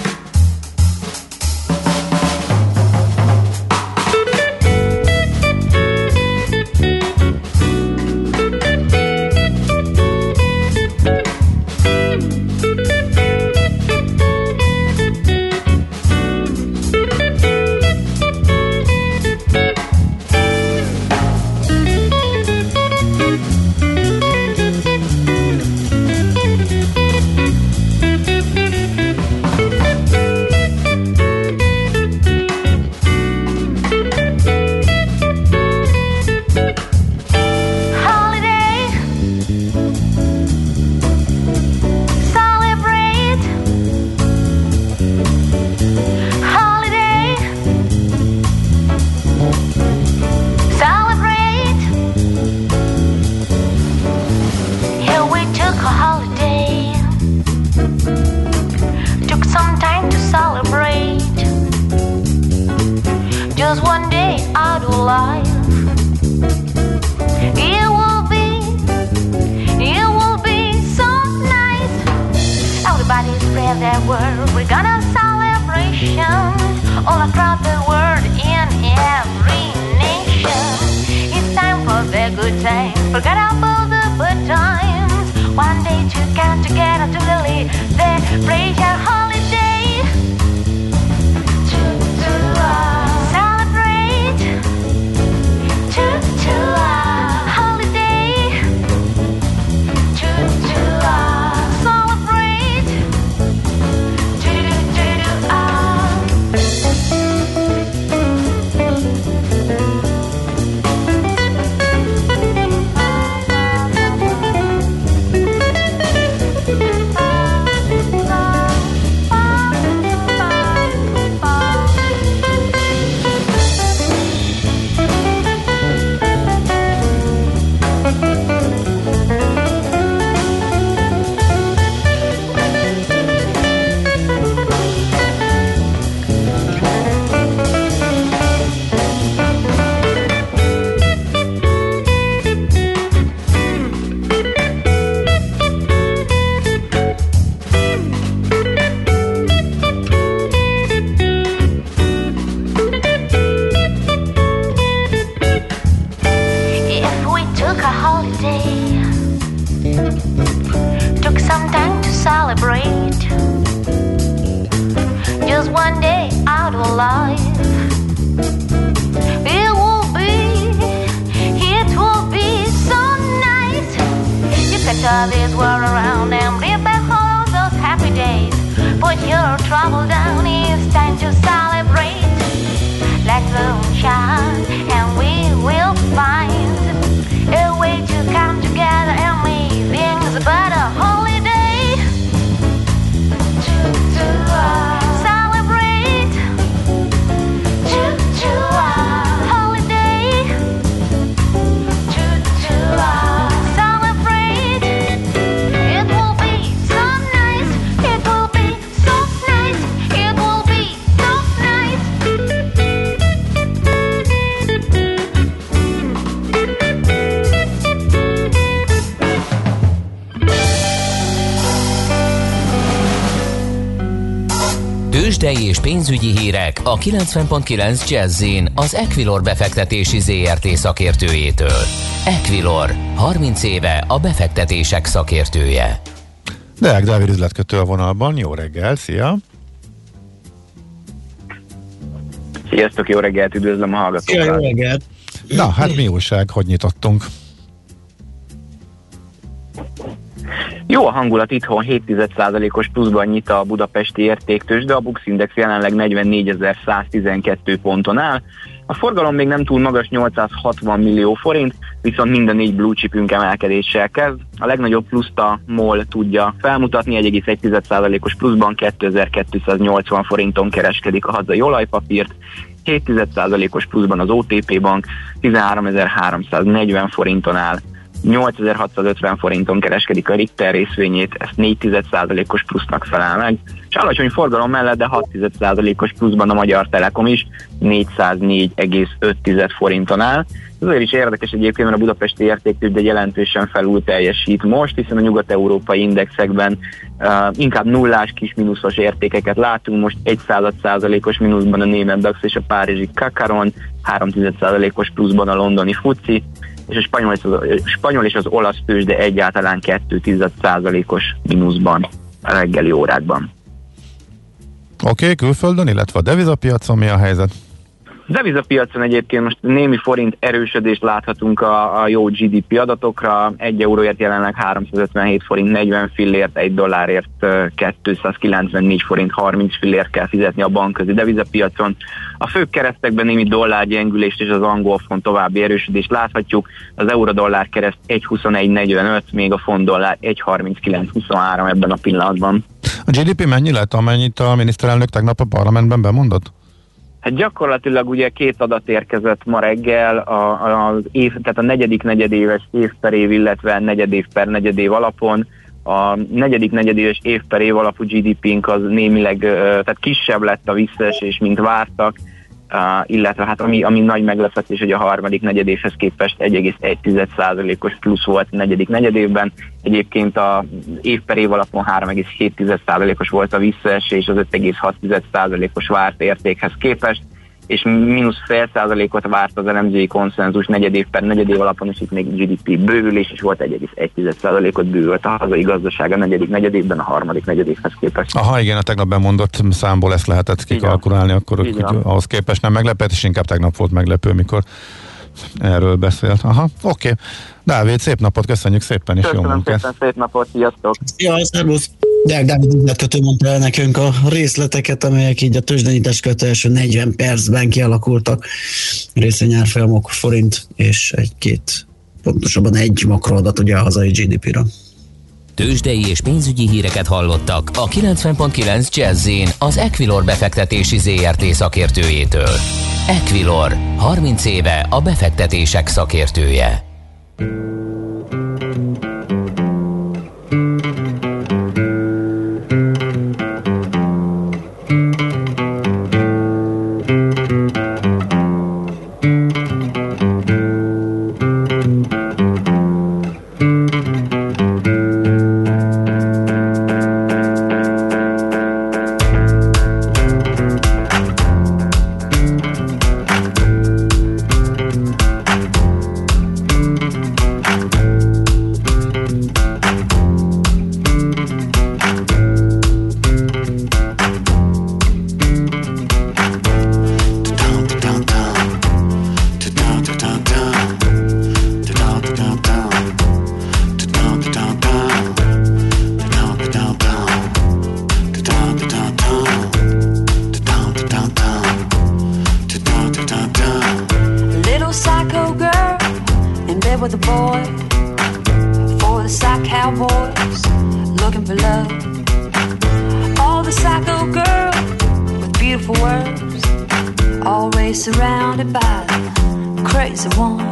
[SPEAKER 7] a holiday. Took some time to celebrate. Just one day out of life. It will be, it will be so nice. You can turn this world around and bring back all those happy days. Put your trouble down, it's time to celebrate. Let the moon shine and we will find a way to come together and make things a better holiday. To, to, uh, celebrate. To, to, uh, holiday. To, to, uh, celebrate. It will be so nice. It will be so nice. It will be so nice.
[SPEAKER 2] Tőzsdei és pénzügyi hírek a kilencven pont kilenc Jazz-in az Equilor befektetési zé er té szakértőjétől. Equilor, harminc éve a befektetések szakértője.
[SPEAKER 4] Deák Dávid üzletkötő a vonalban, jó reggel, szia!
[SPEAKER 8] Sziasztok, jó reggelt, üdvözlöm a hallgatókat!
[SPEAKER 5] Jó reggelt!
[SPEAKER 4] Na, hát mi újság, hogy nyitottunk?
[SPEAKER 8] Jó a hangulat itthon, hét egész egy százalékos pluszban nyit a budapesti értéktőzsde, a Bux Index jelenleg negyvennégyezer-száztizenkettő ponton áll. A forgalom még nem túl magas, nyolcszázhatvan millió forint, viszont minden négy blue chipünk emelkedéssel kezd. A legnagyobb pluszt a MOL tudja felmutatni, egy egész egy százalékos pluszban kétezer-kétszáznyolcvan forinton kereskedik a hazai olajpapírt, hét egész egy százalékos pluszban az o té pé Bank tizenháromezer-háromszáznegyven forinton áll. nyolcezer-hatszázötven forinton kereskedik a Richter részvényét, ezt négy egész egy százalékos plusznak felel meg, és alacsony forgalom mellett, de hat egész egy százalékos pluszban a Magyar Telekom is négyszáznégy egész öt forinton áll. Ez azért is érdekes egyébként, mert a budapesti értéktőzsde jelentősen felül teljesít most, hiszen a nyugat-európai indexekben uh, inkább nullás kis mínuszos értékeket látunk, most egy század százalékos mínuszban a német DAX és a párizsi Kakaron, három egész egy százalékos pluszban a londoni fuci, és a spanyol és az, a spanyol és az olasz tőzsde egyáltalán két egész egy százalékos mínuszban a reggeli órákban.
[SPEAKER 4] Oké, okay, külföldön, illetve a devizapiacon mi a helyzet?
[SPEAKER 8] Devizapiacon egyébként most némi forint erősödést láthatunk a, a jó gé dé pé adatokra, egy euróért jelenleg háromszázötvenhét forint negyven fillért, egy dollárért kétszázkilencvennégy forint harminc fillért kell fizetni a bankközi devizapiacon. A fő keresztekben némi dollárgyengülést és az angol font további erősödést láthatjuk, az euró-dollár kereszt egy huszonegy negyvenöt, még a font dollár egy harminckilenc huszonhárom ebben a pillanatban.
[SPEAKER 4] A gé dé pé mennyi lett, amennyit a miniszterelnök tegnap a parlamentben bemondott?
[SPEAKER 8] Hát gyakorlatilag ugye két adat érkezett ma reggel, a, a, az év, tehát a negyedik negyedéves év per év, illetve negyedév per negyedév alapon. A negyedik negyedéves év per év alapú gé dé pénk az némileg, tehát kisebb lett a visszaesés, mint vártak, illetve hát ami, ami nagy meglepetés, hogy a harmadik negyedévhez képest egy egész egy százalékos plusz volt a negyedik negyedévben. Egyébként az év per év alapon három egész hét százalékos volt a visszaesés az öt egész hat százalékos várt értékhez képest, és mínusz fél százalékot várt az elemzői konszenzus negyedév per negyedév alapon, és itt még gé dé pé bővülés is volt, egy egész egy százalékot bővült a hazai gazdaság a negyedik negyedévben a harmadik negyedévhez képest.
[SPEAKER 4] Aha, igen, a tegnap bemondott számból ezt lehetett kikalkulálni, akkor hogy ahhoz képest nem meglepett, és inkább tegnap volt meglepő, mikor erről beszélt. Aha, oké. Okay. Dávid, szép napot, köszönjük szépen, és
[SPEAKER 8] Köszönöm
[SPEAKER 4] jó munkát.
[SPEAKER 8] Szépen, szép napot, sziasztok!
[SPEAKER 5] Ja, szervusz! Deák Dávid üzletkötő mondta el nekünk a részleteket, amelyek így a tőzsdenyítás követő első negyven percben kialakultak. Részvényárfolyamok, forint és egy-két, pontosabban egy makroadat ugye a hazai gé dé pé-ra.
[SPEAKER 2] Tőzsdei és pénzügyi híreket hallottak a kilencven pont kilenc Jazz-in az Equilor befektetési zé er té szakértőjétől. Equilor, harminc éve a befektetések szakértője.
[SPEAKER 9] there was a boy for the Psych Cowboys looking for love. All the psycho girls with beautiful words, always surrounded by the crazy ones.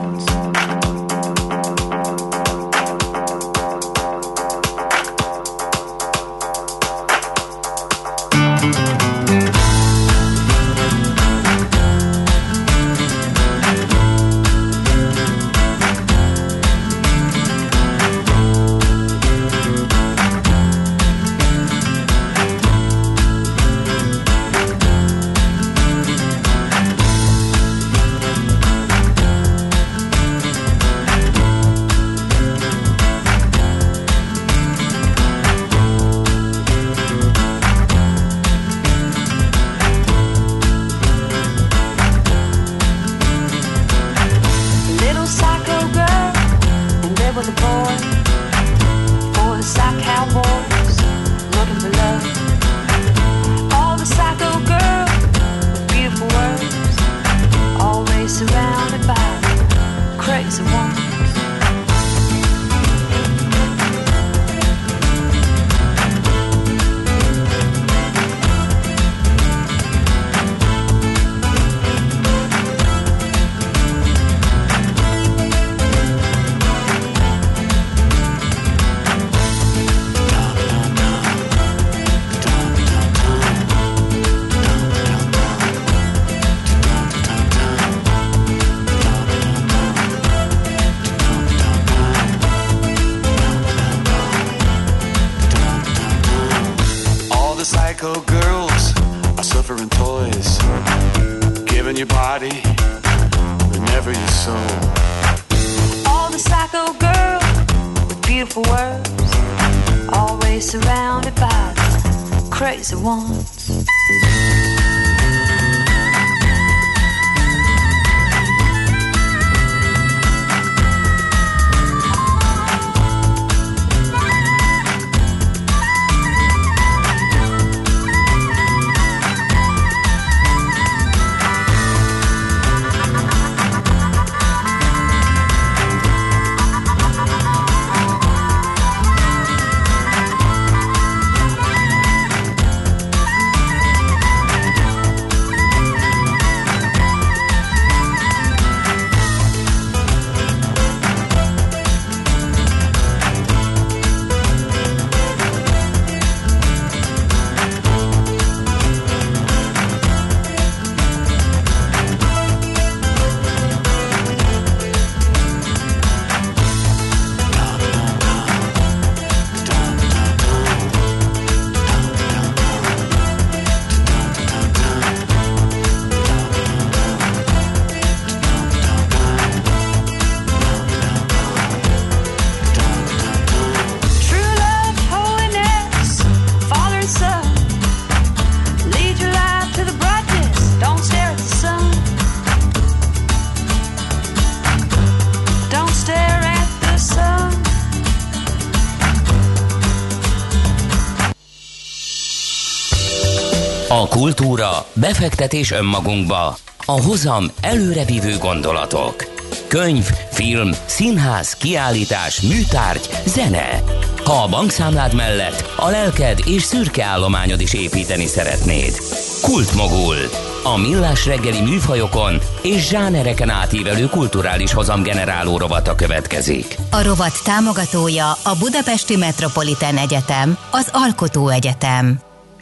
[SPEAKER 2] A kultúra, befektetés önmagunkba, a hozam előrevívő gondolatok. Könyv, film, színház, kiállítás, műtárgy, zene. Ha a bankszámlád mellett a lelked és szürke állományod is építeni szeretnéd. Kultmogul. A millás reggeli műfajokon és zsánereken átívelő kulturális hozamgeneráló rovata következik.
[SPEAKER 10] A rovat támogatója a Budapesti Metropolitán Egyetem, az Alkotó Egyetem.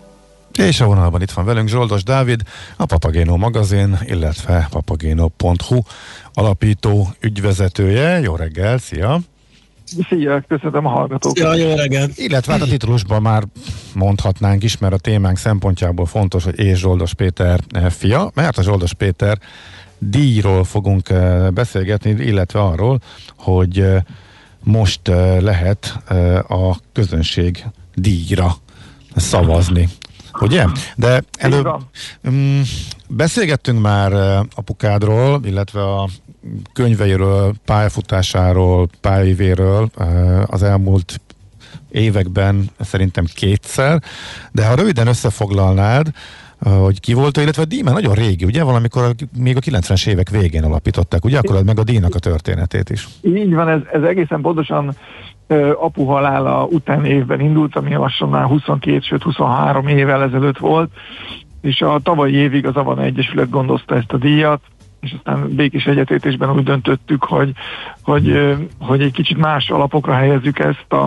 [SPEAKER 4] És a vonalban itt van velünk Zsoldos Dávid, a Papagéno magazin, illetve papagéno pont hu alapító ügyvezetője. Jó reggel, szia!
[SPEAKER 11] Szia, köszönöm a hallgatókat!
[SPEAKER 5] Szia, jó reggel!
[SPEAKER 4] Illetve hát a titulusban már mondhatnánk is, mert a témánk szempontjából fontos, hogy és Zsoldos Péter fia, mert a Zsoldos Péter díjról fogunk beszélgetni, illetve arról, hogy most lehet a közönség díjra szavazni. Ugye? De előbb um, beszélgettünk már apukádról, illetve a könyveiről, pályafutásáról, pályaévéről az elmúlt években szerintem kétszer, de ha röviden összefoglalnád, hogy ki volt, illetve a díj már nagyon régi, ugye? Valamikor még a kilencvenes évek végén alapították, ugye? Akkor meg a díjnak a történetét is.
[SPEAKER 11] Így van, ez, ez egészen pontosan uh, apu halála után évben indult, ami lassan már huszonkét, sőt huszonhárom évvel ezelőtt volt, és a tavalyi évig az Avana Egyesület gondozta ezt a díjat, és aztán békés egyetértésben úgy döntöttük, hogy, hogy, hogy egy kicsit más alapokra helyezzük ezt a,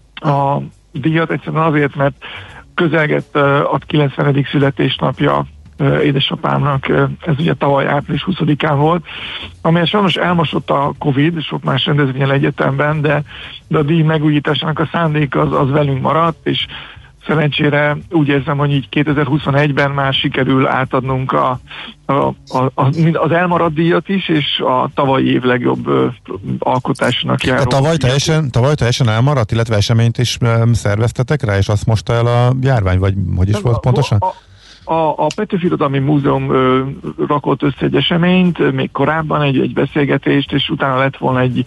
[SPEAKER 11] a díjat, egyszerűen azért, mert közelgett a kilencvenedik születésnapja édesapámnak, ez ugye tavaly április huszadikán volt, amely sajnos elmosott a Covid, sok más rendezvényen egyetemben, de, de a díj megújításának a szándék az, az velünk maradt, és szerencsére úgy érzem, hogy így kétezer-huszonegyben már sikerül átadnunk a, a, a, a, az elmaradt díjat is, és a tavalyi év legjobb ö, alkotásnak járó.
[SPEAKER 4] A tavaly teljesen, tavaly teljesen elmaradt, illetve eseményt is ö, szerveztetek rá, és azt mosta el a járvány, vagy hogy is volt pontosan?
[SPEAKER 11] A, a, a Petőfi Irodalmi Múzeum ö, rakott össze egy eseményt, még korábban egy, egy beszélgetést, és utána lett volna egy,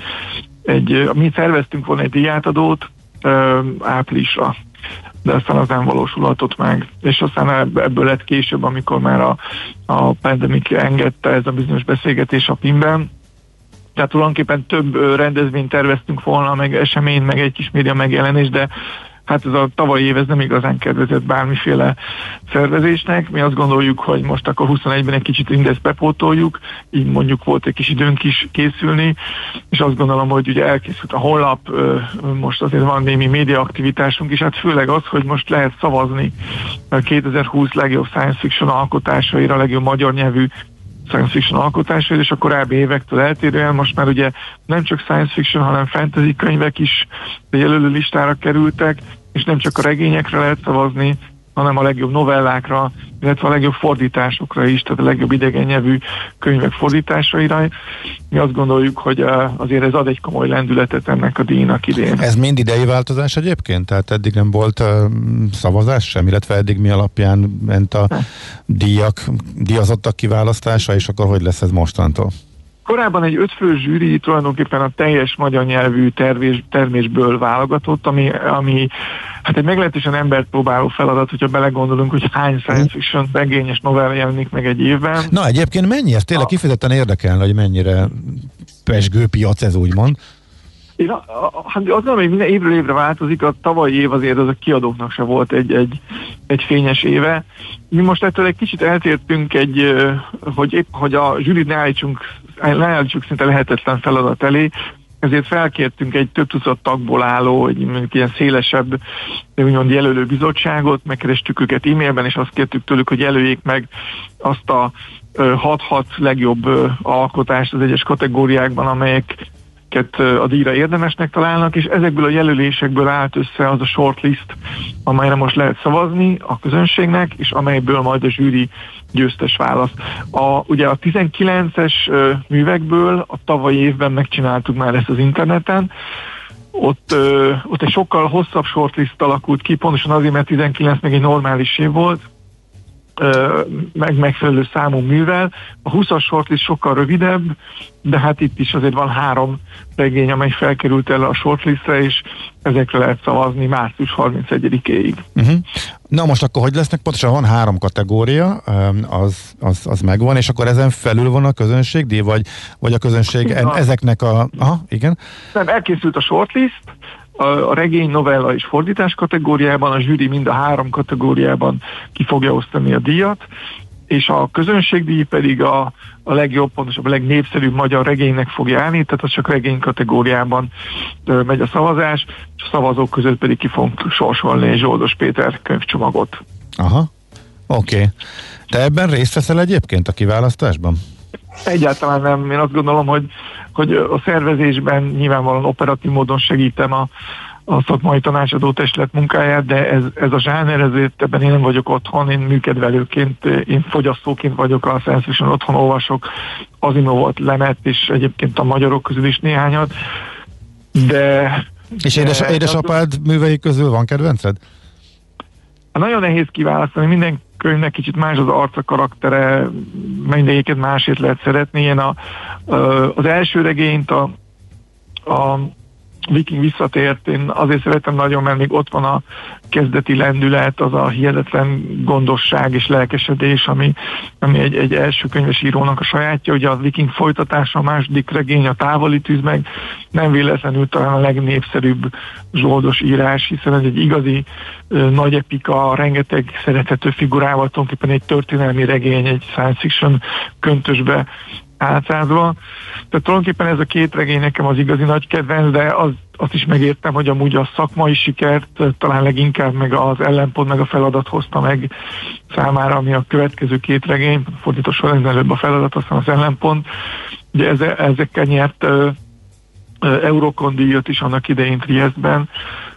[SPEAKER 11] egy mi szerveztünk volna egy díjátadót ö, áprilisra, de aztán az nem valósulhatott meg. És aztán ebből lett később, amikor már a, a pandemik engedte ez a bizonyos beszélgetés a pé i em-ben. Tehát tulajdonképpen több rendezvényt terveztünk volna, meg esemény, meg egy kis média megjelenés, de hát ez a tavalyi év ez nem igazán kedvezett bármiféle szervezésnek. Mi azt gondoljuk, hogy most akkor huszonegyben egy kicsit mindezt bepótoljuk, így mondjuk volt egy kis időnk is készülni, és azt gondolom, hogy ugye elkészült a honlap, most azért van némi média aktivitásunk is, hát főleg az, hogy most lehet szavazni a kétezer-húsz legjobb science fiction alkotásaira, a legjobb magyar nyelvű science fiction alkotásaira, és a korábbi évektől eltérően most már ugye nem csak science fiction, hanem fantasy könyvek is jelölő listára kerültek, és nem csak a regényekre lehet szavazni, hanem a legjobb novellákra, illetve a legjobb fordításokra is, tehát a legjobb idegen nyelvű könyvek fordításaira. Mi azt gondoljuk, hogy azért ez ad egy komoly lendületet ennek a díjnak idén.
[SPEAKER 4] Ez mind idei változás egyébként? Tehát eddig nem volt uh, szavazás sem, illetve eddig mi alapján ment a díjak, díjazottak kiválasztása, és akkor hogy lesz ez mostantól?
[SPEAKER 11] Korábban egy ötfő zsűri tulajdonképpen a teljes magyar nyelvű tervés, termésből válogatott, ami, ami hát egy meglehetősen embert próbáló feladat, hogyha belegondolunk, hogy hány science fiction regényes novella jelenik meg egy évben.
[SPEAKER 4] Na egyébként mennyi? Ez tényleg kifejezetten érdekelne, hogy mennyire pezsgő piac ez, úgymond.
[SPEAKER 11] Én hát azt gondolom, hogy minden évről évre változik, a tavalyi év azért az a kiadóknak se volt egy, egy, egy fényes éve. Mi most ettől egy kicsit eltértünk egy, hogy épp, hogy a zsűrit ne állítsunk, ne állítsuk szinte lehetetlen feladat elé, ezért felkértünk egy több tucat tagból álló, egy mondjuk ilyen szélesebb úgymond jelölő bizottságot, megkerestük őket e-mailben, és azt kértük tőlük, hogy jelöljék meg azt a hat-hat legjobb alkotást az egyes kategóriákban, amelyek a díjra érdemesnek találnak, és ezekből a jelölésekből állt össze az a shortlist, amelyre most lehet szavazni a közönségnek, és amelyből majd a zsűri győztes választ. A, ugye a tizenkilences ö, művekből a tavalyi évben megcsináltuk már ezt az interneten, ott, ö, ott egy sokkal hosszabb shortlist alakult ki, pontosan azért, mert tizenkilenc meg egy normális év volt, meg megfelelő számú művel. A húszas shortlist sokkal rövidebb, de hát itt is azért van három regény, amely felkerült el a shortlistre, és ezekre lehet szavazni március harmincegyedikéig.
[SPEAKER 4] Uh-huh. Na most akkor hogy lesznek? Pontosan van három kategória, az, az, az megvan, és akkor ezen felül van a közönségdíj, vagy, vagy a közönség en, ezeknek a... Aha, igen.
[SPEAKER 11] Nem, elkészült a shortlist, a regény, novella és fordítás kategóriában, a zsűri mind a három kategóriában ki fogja osztani a díjat, és a közönségdíj pedig a, a legjobb, pontosabban a legnépszerűbb magyar regénynek fog járni, tehát az csak regény kategóriában ö, megy a szavazás, és a szavazók között pedig ki fogunk sorsolni Zsoldos Péter könyvcsomagot.
[SPEAKER 4] Aha, oké. Okay. Te ebben részt veszel egyébként a kiválasztásban?
[SPEAKER 11] Egyáltalán nem. Én azt gondolom, hogy, hogy a szervezésben nyilvánvalóan operatív módon segítem a, a szakmai tanácsadó testület munkáját, de ez, ez a zsáner, ezért ebben én nem vagyok otthon, én műkedvelőként, én fogyasztóként vagyok a science fiction, otthon olvasok Asimovot, Lemet, és egyébként a magyarok közül is néhányat, de...
[SPEAKER 4] És édes, de, édesapád az... művei közül van kedvenced?
[SPEAKER 11] Nagyon nehéz kiválasztani, minden könyvnek kicsit más az arca, karaktere, mindegyiket másért lehet szeretni. Én a, az első regényt a, a Viking visszatért, én azért szeretem nagyon, mert még ott van a kezdeti lendület, az a hihetetlen gondosság és lelkesedés, ami, ami egy, egy első könyves írónak a sajátja. Ugye a Viking folytatása, a második regény, a Távoli tűz meg nem véletlenül talán a legnépszerűbb zsoldos írás, hiszen ez egy igazi ö, nagy epika, rengeteg szerethető figurával, tulajdonképpen egy történelmi regény, egy science fiction köntösbe átszázva. Tehát tulajdonképpen ez a két regény nekem az igazi nagy kedvenc, de az, azt is megértem, hogy amúgy a szakmai sikert talán leginkább meg az ellenpont, meg a feladat hozta meg számára, ami a következő két regény, fordító során előbb a feladat, aztán az ellenpont. Ugye ezekkel nyert uh, uh, Eurocon díjat is annak idején Triestben,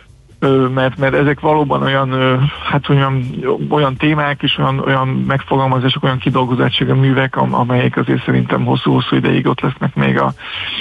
[SPEAKER 11] mert, mert ezek valóban olyan, hát olyan, olyan témák és olyan, olyan megfogalmazások, olyan kidolgozottságú művek, amelyek azért szerintem hosszú-hosszú ideig ott lesznek még a,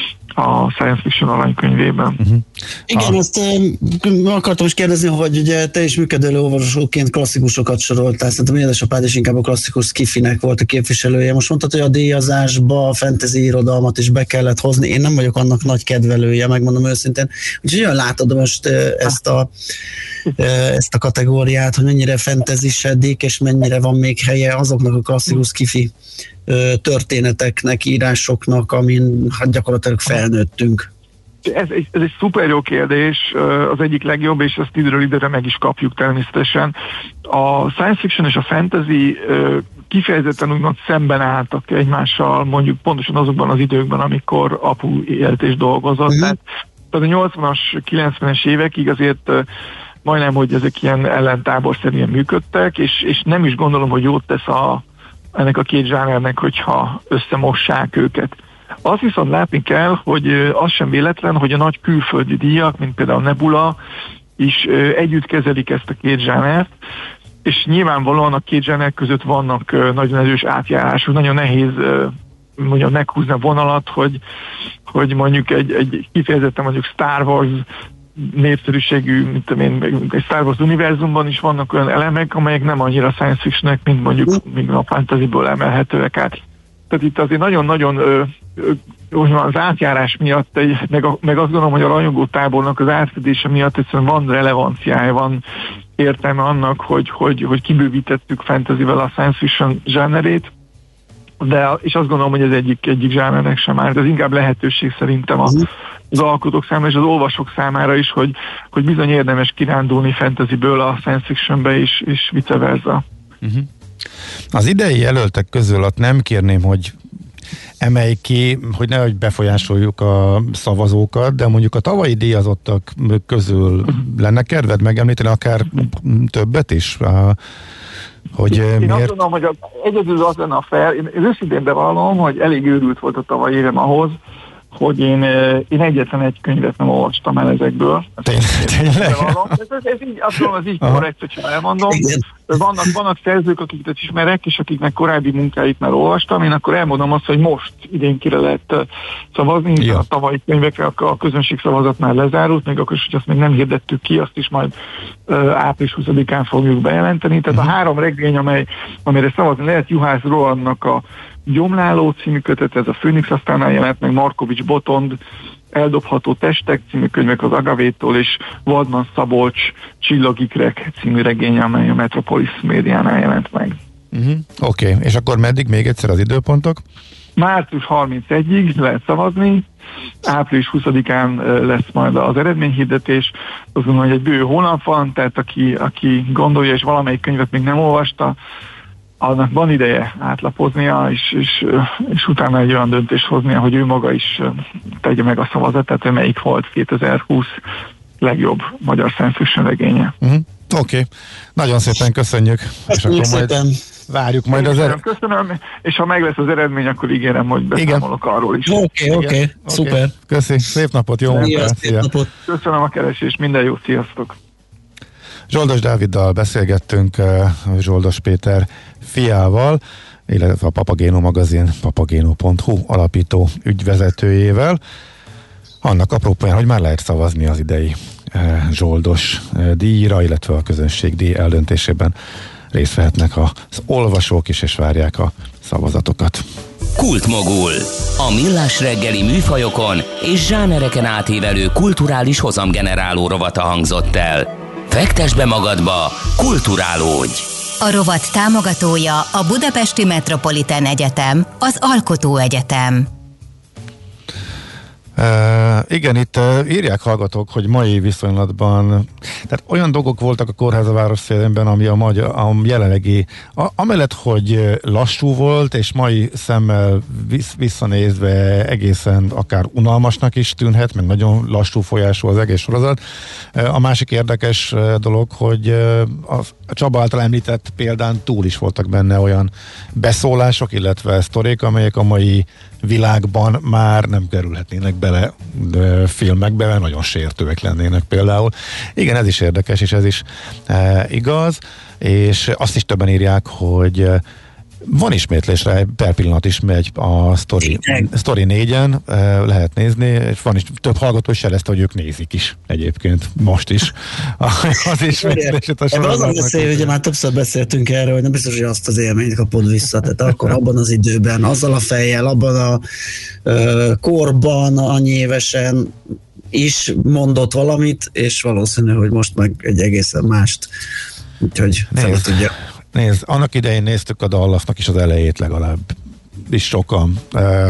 [SPEAKER 11] a science fiction aranykönyvében. Uh-huh.
[SPEAKER 5] Igen, ah. azt uh, akartam is kérdezni, hogy ugye te is működő olvasóként klasszikusokat soroltál, szerintem édesapád is inkább a klasszikus skifinek volt a képviselője. Most mondtad, hogy a díjazásba a fantasy irodalmat is be kellett hozni. Én nem vagyok annak nagy kedvelője, megmondom őszintén. Úgyhogy olyan látod most uh, ezt a uh, ezt a kategóriát, hogy mennyire fantasy-sedik, és mennyire van még helye azoknak a klasszikus skifi történeteknek, írásoknak, amin hát gyakorlatilag felnőttünk.
[SPEAKER 11] Ez, ez egy szuper jó kérdés, az egyik legjobb, és ezt időről időre meg is kapjuk természetesen. A science fiction és a fantasy kifejezetten úgymond szemben álltak egymással, mondjuk pontosan azokban az időkben, amikor apu élt és dolgozott. Mm. Tehát a nyolcvanas, kilencvenes évekig azért majdnem, hogy ezek ilyen ellentáborszerűen működtek, és, és nem is gondolom, hogy jót tesz a ennek a két zsánernek, hogyha összemossák őket. Azt viszont látni kell, hogy az sem véletlen, hogy a nagy külföldi díjak, mint például a Nebula is együtt kezelik ezt a két zsánert, és nyilvánvalóan a két zsáner között vannak nagyon erős átjárások, nagyon nehéz mondjuk meghúzni a vonalat, hogy, hogy mondjuk egy, egy kifejezetten mondjuk Star Wars népszerűségű, mint tudom én, egy Star Wars univerzumban is vannak olyan elemek, amelyek nem annyira science fictionek, mint mondjuk még a fantasyból emelhetőek át. Tehát itt azért nagyon-nagyon ö, ö, az átjárás miatt, egy, meg, a, meg azt gondolom, hogy a rajongó tábornak az átfedése miatt egyszerűen van relevanciája, van értelme annak, hogy, hogy, hogy kibővítettük fantasyvel a science fiction zsánerét, de, és azt gondolom, hogy ez egyik, egyik zsánernek sem áll, de ez inkább lehetőség szerintem a, az alkotók számára és az olvasók számára is, hogy, hogy bizony érdemes kirándulni fantasyből a science fictionbe is, és vice versa.
[SPEAKER 4] Uh-huh. Az idei jelöltek közül ott nem kérném, hogy emelj ki, hogy nehogy befolyásoljuk a szavazókat, de mondjuk a tavalyi díjazottak közül lenne kedved megemlíteni akár többet is? Hogy
[SPEAKER 11] én
[SPEAKER 4] miért?
[SPEAKER 11] azt gondolom, hogy egyedül az lenne a fel, én őszintén bevallom, hogy elég őrült volt a tavalyi évem ahhoz, hogy én, én egyetlen egy könyvet nem olvastam el ezekből.
[SPEAKER 4] Tényleg?
[SPEAKER 11] Ez, ez, ez így, azt mondom, ez így korrekt, hogyha elmondom. Vannak, vannak szerzők, akiket ismerek, és akiknek korábbi munkáit már olvastam, én akkor elmondom azt, hogy most idén kire lehet szavazni, ja. A tavalyi könyvekre a közönség szavazat már lezárult, még akkor is, hogy azt még nem hirdettük ki, azt is majd uh, április huszadikán fogjuk bejelenteni. Tehát uh-huh. a három regény, amely, amelyre szavazni lehet, Juhász Rolandnak a Gyomláló című kötet, ez a Főnix, aztán jelent meg Markovics Botond Eldobható testek című könyvek az Agavétól, és Waldman Szabolcs Csillagikrek című regénye, amely a Metropolis médiánál jelent meg.
[SPEAKER 4] Uh-huh. Oké, okay. És akkor meddig még egyszer az időpontok?
[SPEAKER 11] március harmincegyedikéig lehet szavazni, április huszadikán lesz majd az eredményhirdetés, azt gondolom, hogy egy bő hónap van, tehát aki, aki gondolja, és valamelyik könyvet még nem olvasta, annak van ideje átlapoznia, és, és, és utána egy olyan döntést hoznia, hogy ő maga is tegye meg a szavazatát, hogy melyik volt kétezer-húsz legjobb magyar science fiction regénye.
[SPEAKER 4] Uh-huh. Oké, okay. Nagyon szépen köszönjük.
[SPEAKER 5] Köszönjük
[SPEAKER 4] és akkor
[SPEAKER 5] szépen.
[SPEAKER 4] Majd várjuk majd az eredményt.
[SPEAKER 11] Köszönöm, és ha meg lesz az eredmény, akkor ígérem, hogy beszámolok Igen. arról is.
[SPEAKER 5] Oké, okay, oké, okay. Szuper.
[SPEAKER 4] Köszi, szép napot, jó munkát.
[SPEAKER 5] Szép napot.
[SPEAKER 11] Köszönöm a keresést, minden jót, sziasztok.
[SPEAKER 4] Zsoldos Dáviddal beszélgettünk, Zsoldos Péter fiával, illetve a Papagéno magazin papagéno pont hu alapító ügyvezetőjével. Annak apropóján, hogy már lehet szavazni az idei Zsoldos díjra, illetve a közönség díj eldöntésében részt vehetnek az olvasók is, és várják a szavazatokat.
[SPEAKER 2] Kultmogul. A millás reggeli műfajokon és zsánereken átívelő kulturális hozamgeneráló rovata hangzott el. Fektesd be magadba, kulturálódj!
[SPEAKER 10] A rovat támogatója a Budapesti Metropolitán Egyetem, az Alkotó Egyetem.
[SPEAKER 4] Uh, igen, itt uh, írják hallgatók, hogy mai viszonylatban, tehát olyan dolgok voltak a kórház a város szélenben, ami a, magyar, a jelenlegi, a, amellett, hogy lassú volt, és mai szemmel vissz, visszanézve egészen akár unalmasnak is tűnhet, meg nagyon lassú folyású az egész sorozat. Uh, a másik érdekes uh, dolog, hogy uh, a Csaba által említett példán túl is voltak benne olyan beszólások, illetve sztorék, amelyek a mai világban már nem kerülhetnének bele de filmekbe, mert nagyon sértőek lennének például. Igen, ez is érdekes, és ez is e, igaz, és azt is többen írják, hogy van ismétlésre, per pillanat is megy a Story, Story négyen, lehet nézni, és van is több hallgató is jelezte, hogy ők nézik is egyébként, most is. Az ismétlését a sorozatnak.
[SPEAKER 5] Az a beszél, ugye már többször beszéltünk erről, hogy nem biztos, hogy azt az élményt kapod vissza, tehát akkor abban az időben, azzal a fejjel, abban a uh, korban, annyi évesen is mondott valamit, és valószínű, hogy most meg egy egészen mást. Úgyhogy
[SPEAKER 4] nézd, tudja. Nézd, annak idején néztük a Dallasnak is az elejét legalább is sokan.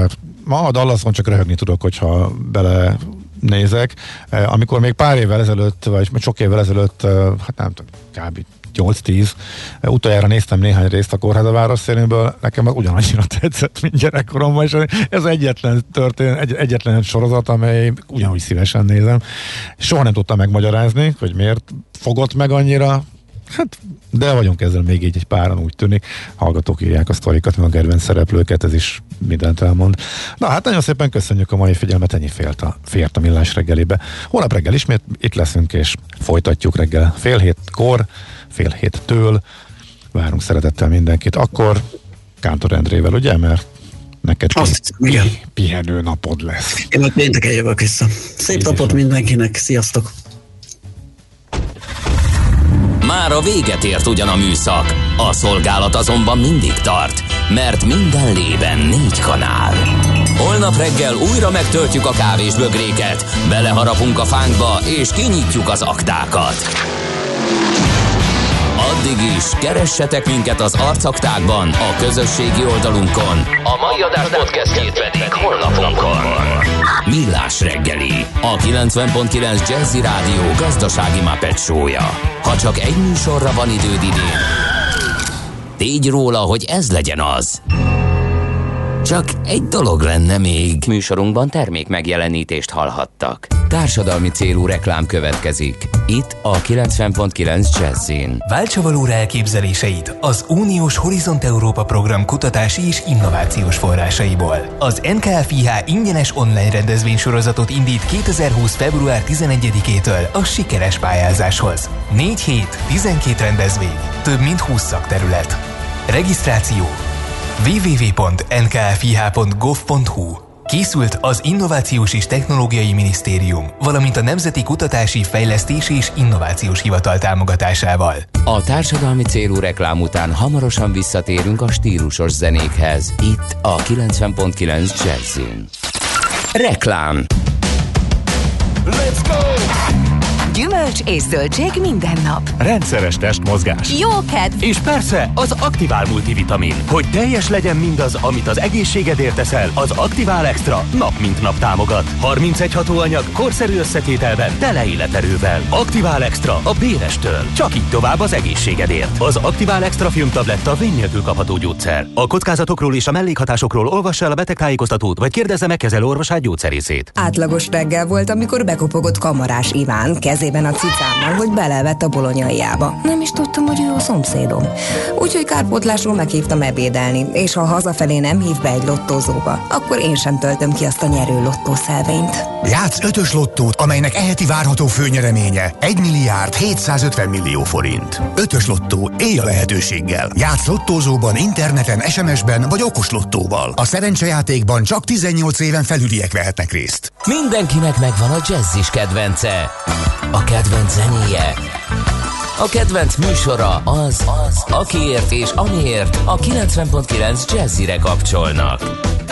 [SPEAKER 4] Ma a Dallason csak röhögni tudok, hogyha bele nézek. Amikor még pár évvel ezelőtt, vagy sok évvel ezelőtt, hát nem tudom, kb. nyolc-tíz, utoljára néztem néhány részt a Kórház a város széléből, nekem az ugyanannyira tetszett, mint gyerekkoromban, és ez egyetlen történet, egy, egyetlen sorozat, amely ugyanúgy szívesen nézem. Soha nem tudtam megmagyarázni, hogy miért fogott meg annyira. Hát, de vagyunk ezzel még így egy páran, úgy tűnik. Hallgatók írják a sztorikat, meg a kedvenc szereplőket, ez is mindent elmond. Na hát nagyon szépen köszönjük a mai figyelmet, ennyi fért a, fért a millás reggelibe. Holnap reggel ismét itt leszünk, és folytatjuk reggel fél hétkor, fél héttől. Várunk szeretettel mindenkit. Akkor Kántor Endrével, ugye? Mert neked
[SPEAKER 5] Azt, igen.
[SPEAKER 4] pihenő napod lesz.
[SPEAKER 5] Én majd pénteken jövök vissza. Szép napot mindenkinek, sziasztok!
[SPEAKER 2] Már a véget ért ugyan a műszak, a szolgálat azonban mindig tart, mert minden lében négy kanál. Holnap reggel újra megtöltjük a kávésbögréket, beleharapunk a fánkba és kinyitjuk az aktákat. Addig is keressetek minket az arcaktákban, a közösségi oldalunkon, a mai adás podcastjét pedig honlapunkon. Millás reggeli, a kilencven pont kilenc Jazzy Rádió gazdasági Muppet show-ja. Ha csak egy műsorra van időd idén, tégy róla, hogy ez legyen az. Csak egy dolog lenne még. Műsorunkban termék megjelenítést hallhattak. Társadalmi célú reklám következik. Itt a kilencven pont kilenc Jazzin.
[SPEAKER 12] Váltsa valóra elképzeléseit az Uniós Horizont Európa program kutatási és innovációs forrásaiból. Az en ká ef i há ingyenes online rendezvénysorozatot indít kétezer-húsz február tizenegyedikétől a sikeres pályázáshoz. négy hét, tizenkét rendezvény, több mint húsz szakterület. Regisztráció double-u double-u double-u pont en ká ef i há pont gov pont hu. Készült az Innovációs és Technológiai Minisztérium, valamint a Nemzeti Kutatási, Fejlesztési és Innovációs Hivatal támogatásával.
[SPEAKER 2] A társadalmi célú reklám után hamarosan visszatérünk a stílusos zenékhez. Itt a kilencven pont kilenc Jazzin. Reklám.
[SPEAKER 13] Let's go!
[SPEAKER 14] Gyümölcs és zöldség minden nap.
[SPEAKER 13] Rendszeres testmozgás.
[SPEAKER 14] Jó kedv.
[SPEAKER 13] És persze az Aktivál multivitamin. Hogy teljes legyen mindaz, amit az egészségedért teszel, az Aktivál Extra nap mint nap támogat. harmincegy hatóanyag, korszerű összetételben, tele életerővel. Aktivál Extra a Bérestől. Csak így tovább az egészségedért. Az Aktivál Extra filmtabletta vény nélkül kapható gyógyszer. A kockázatokról és a mellékhatásokról olvassa el a betegtájékoztatót, vagy kérdezze meg kezelőorvosát, gyógyszerészét.
[SPEAKER 15] Átlagos reggel volt, amikor bekopogott Kamarás Iván kezében a cicámmal, hogy belevett a bolonyaiába. Nem is tudtam, hogy ő a szomszédom. Úgyhogy kárpótlásról meghívtam ebédelni, és ha hazafelé nem hív be egy lottózóba, akkor én sem töltöm ki azt a nyerő lottószelvényt.
[SPEAKER 16] Játsz ötös lottót, amelynek eheti várható főnyereménye egy milliárd hétszázötven millió forint. Ötös lottó, élj a lehetőséggel. Játsz lottózóban, interneten, es em es-ben vagy okos lottóval. A szerencsejátékban csak tizennyolc éven felüliek vehetnek részt.
[SPEAKER 2] Mindenkinek megvan a jazzis kedvence. A kedvenc zenéje. A kedvenc műsora az, az, akiért és amiért a kilencven pont kilenc Jazzire kapcsolnak.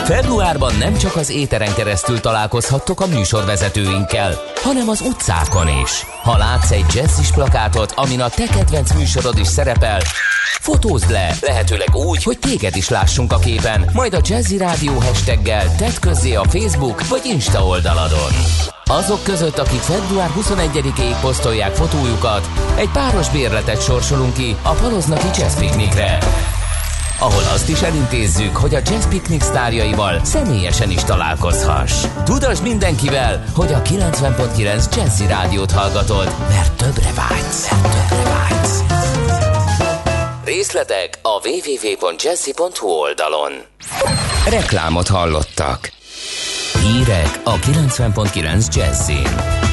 [SPEAKER 2] Februárban nem csak az éteren keresztül találkozhattok a műsorvezetőinkkel, hanem az utcákon is. Ha látsz egy jazzis plakátot, amin a te kedvenc műsorod is szerepel, fotózd le, lehetőleg úgy, hogy téged is lássunk a képen, majd a Jazzy Rádió hashtaggel tedd közzé a Facebook vagy Insta oldaladon. Azok között, akik február huszonegyedikéig posztolják fotójukat, egy páros bérletet sorsolunk ki a Paloznaki Jazz Piknikre, ahol azt is elintézzük, hogy a Jazz Piknik sztárjaival személyesen is találkozhass. Tudasd mindenkivel, hogy a kilencven pont kilenc Jazzy Rádiót hallgatod, mert többre vágysz. Mert többre vágysz. Részletek a double-u double-u double-u pont jazzy pont hu oldalon. Reklámot hallottak. Hírek a kilencven pont kilenc Jazzyn.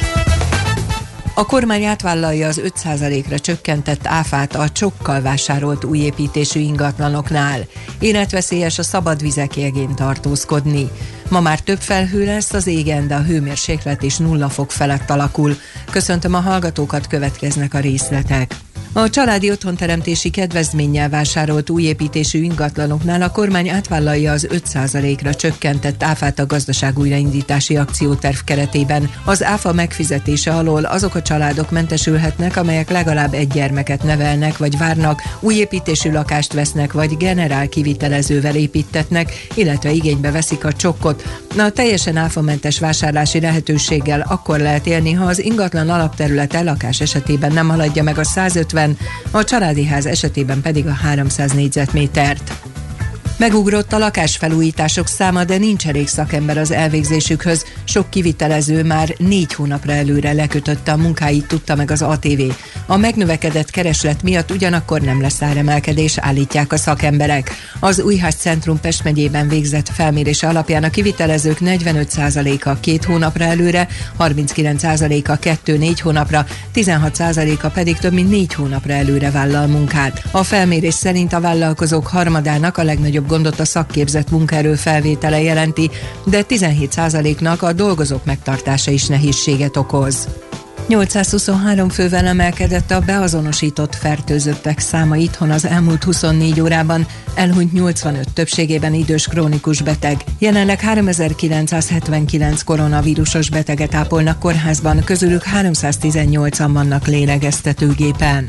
[SPEAKER 1] A kormány átvállalja az öt százalékra csökkentett áfát a csokkal vásárolt újépítésű ingatlanoknál. Életveszélyes a szabad vizek jegén tartózkodni. Ma már több felhő lesz az égen, de a hőmérséklet is nulla fok felett alakul. Köszöntöm a hallgatókat, következnek a részletek. A családi otthonteremtési kedvezménnyel vásárolt újépítésű ingatlanoknál a kormány átvállalja az öt százalékra csökkentett áfát a gazdaság újraindítási akcióterv keretében. Az áfa megfizetése alól azok a családok mentesülhetnek, amelyek legalább egy gyermeket nevelnek vagy várnak, újépítésű lakást vesznek vagy generál kivitelezővel építtetnek, illetve igénybe veszik a csokkot. A teljesen áfamentes vásárlási lehetőséggel akkor lehet élni, ha az ingatlan alapterülete lakás esetében nem haladja meg a százötven, a családi ház esetében pedig a háromszáz négyzetmétert. Megugrott a lakásfelújítások száma, de nincs elég szakember az elvégzésükhöz. Sok kivitelező már négy hónapra előre lekötötte a munkáit, tudta meg az á té vé. A megnövekedett kereslet miatt ugyanakkor nem lesz áremelkedés, állítják a szakemberek. Az Újház Centrum Pest megyében végzett felmérése alapján a kivitelezők negyvenöt százaléka két hónapra előre, harminckilenc százaléka kettő-négy hónapra, tizenhat százaléka pedig több mint négy hónapra előre vállal munkát. A felmérés szerint a vállalkozók harmadának a legnagyobb gondot a szakképzett munkaerő felvétele jelenti, de tizenhét százaléknak a dolgozók megtartása is nehézséget okoz. nyolcszázhuszonhárom fővel emelkedett a beazonosított fertőzöttek száma itthon az elmúlt huszonnégy órában, elhunyt nyolcvanöt, többségében idős krónikus beteg. Jelenleg háromezer-kilencszázhetvenkilenc koronavírusos beteget ápolnak kórházban, közülük háromszáztizennyolcan vannak lélegeztetőgépen.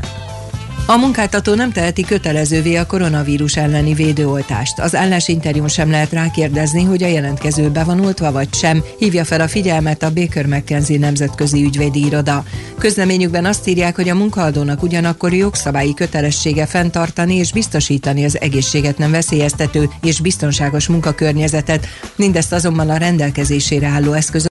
[SPEAKER 1] A munkáltató nem teheti kötelezővé a koronavírus elleni védőoltást. Az állásinterjún sem lehet rákérdezni, hogy a jelentkező be van oltva vagy sem, hívja fel a figyelmet a Baker McKenzie nemzetközi ügyvédi iroda. Közleményükben azt írják, hogy a munkaadónak ugyanakkor jogszabályi kötelessége fenntartani és biztosítani az egészséget nem veszélyeztető és biztonságos munkakörnyezetet, mindezt azonban a rendelkezésére álló eszközök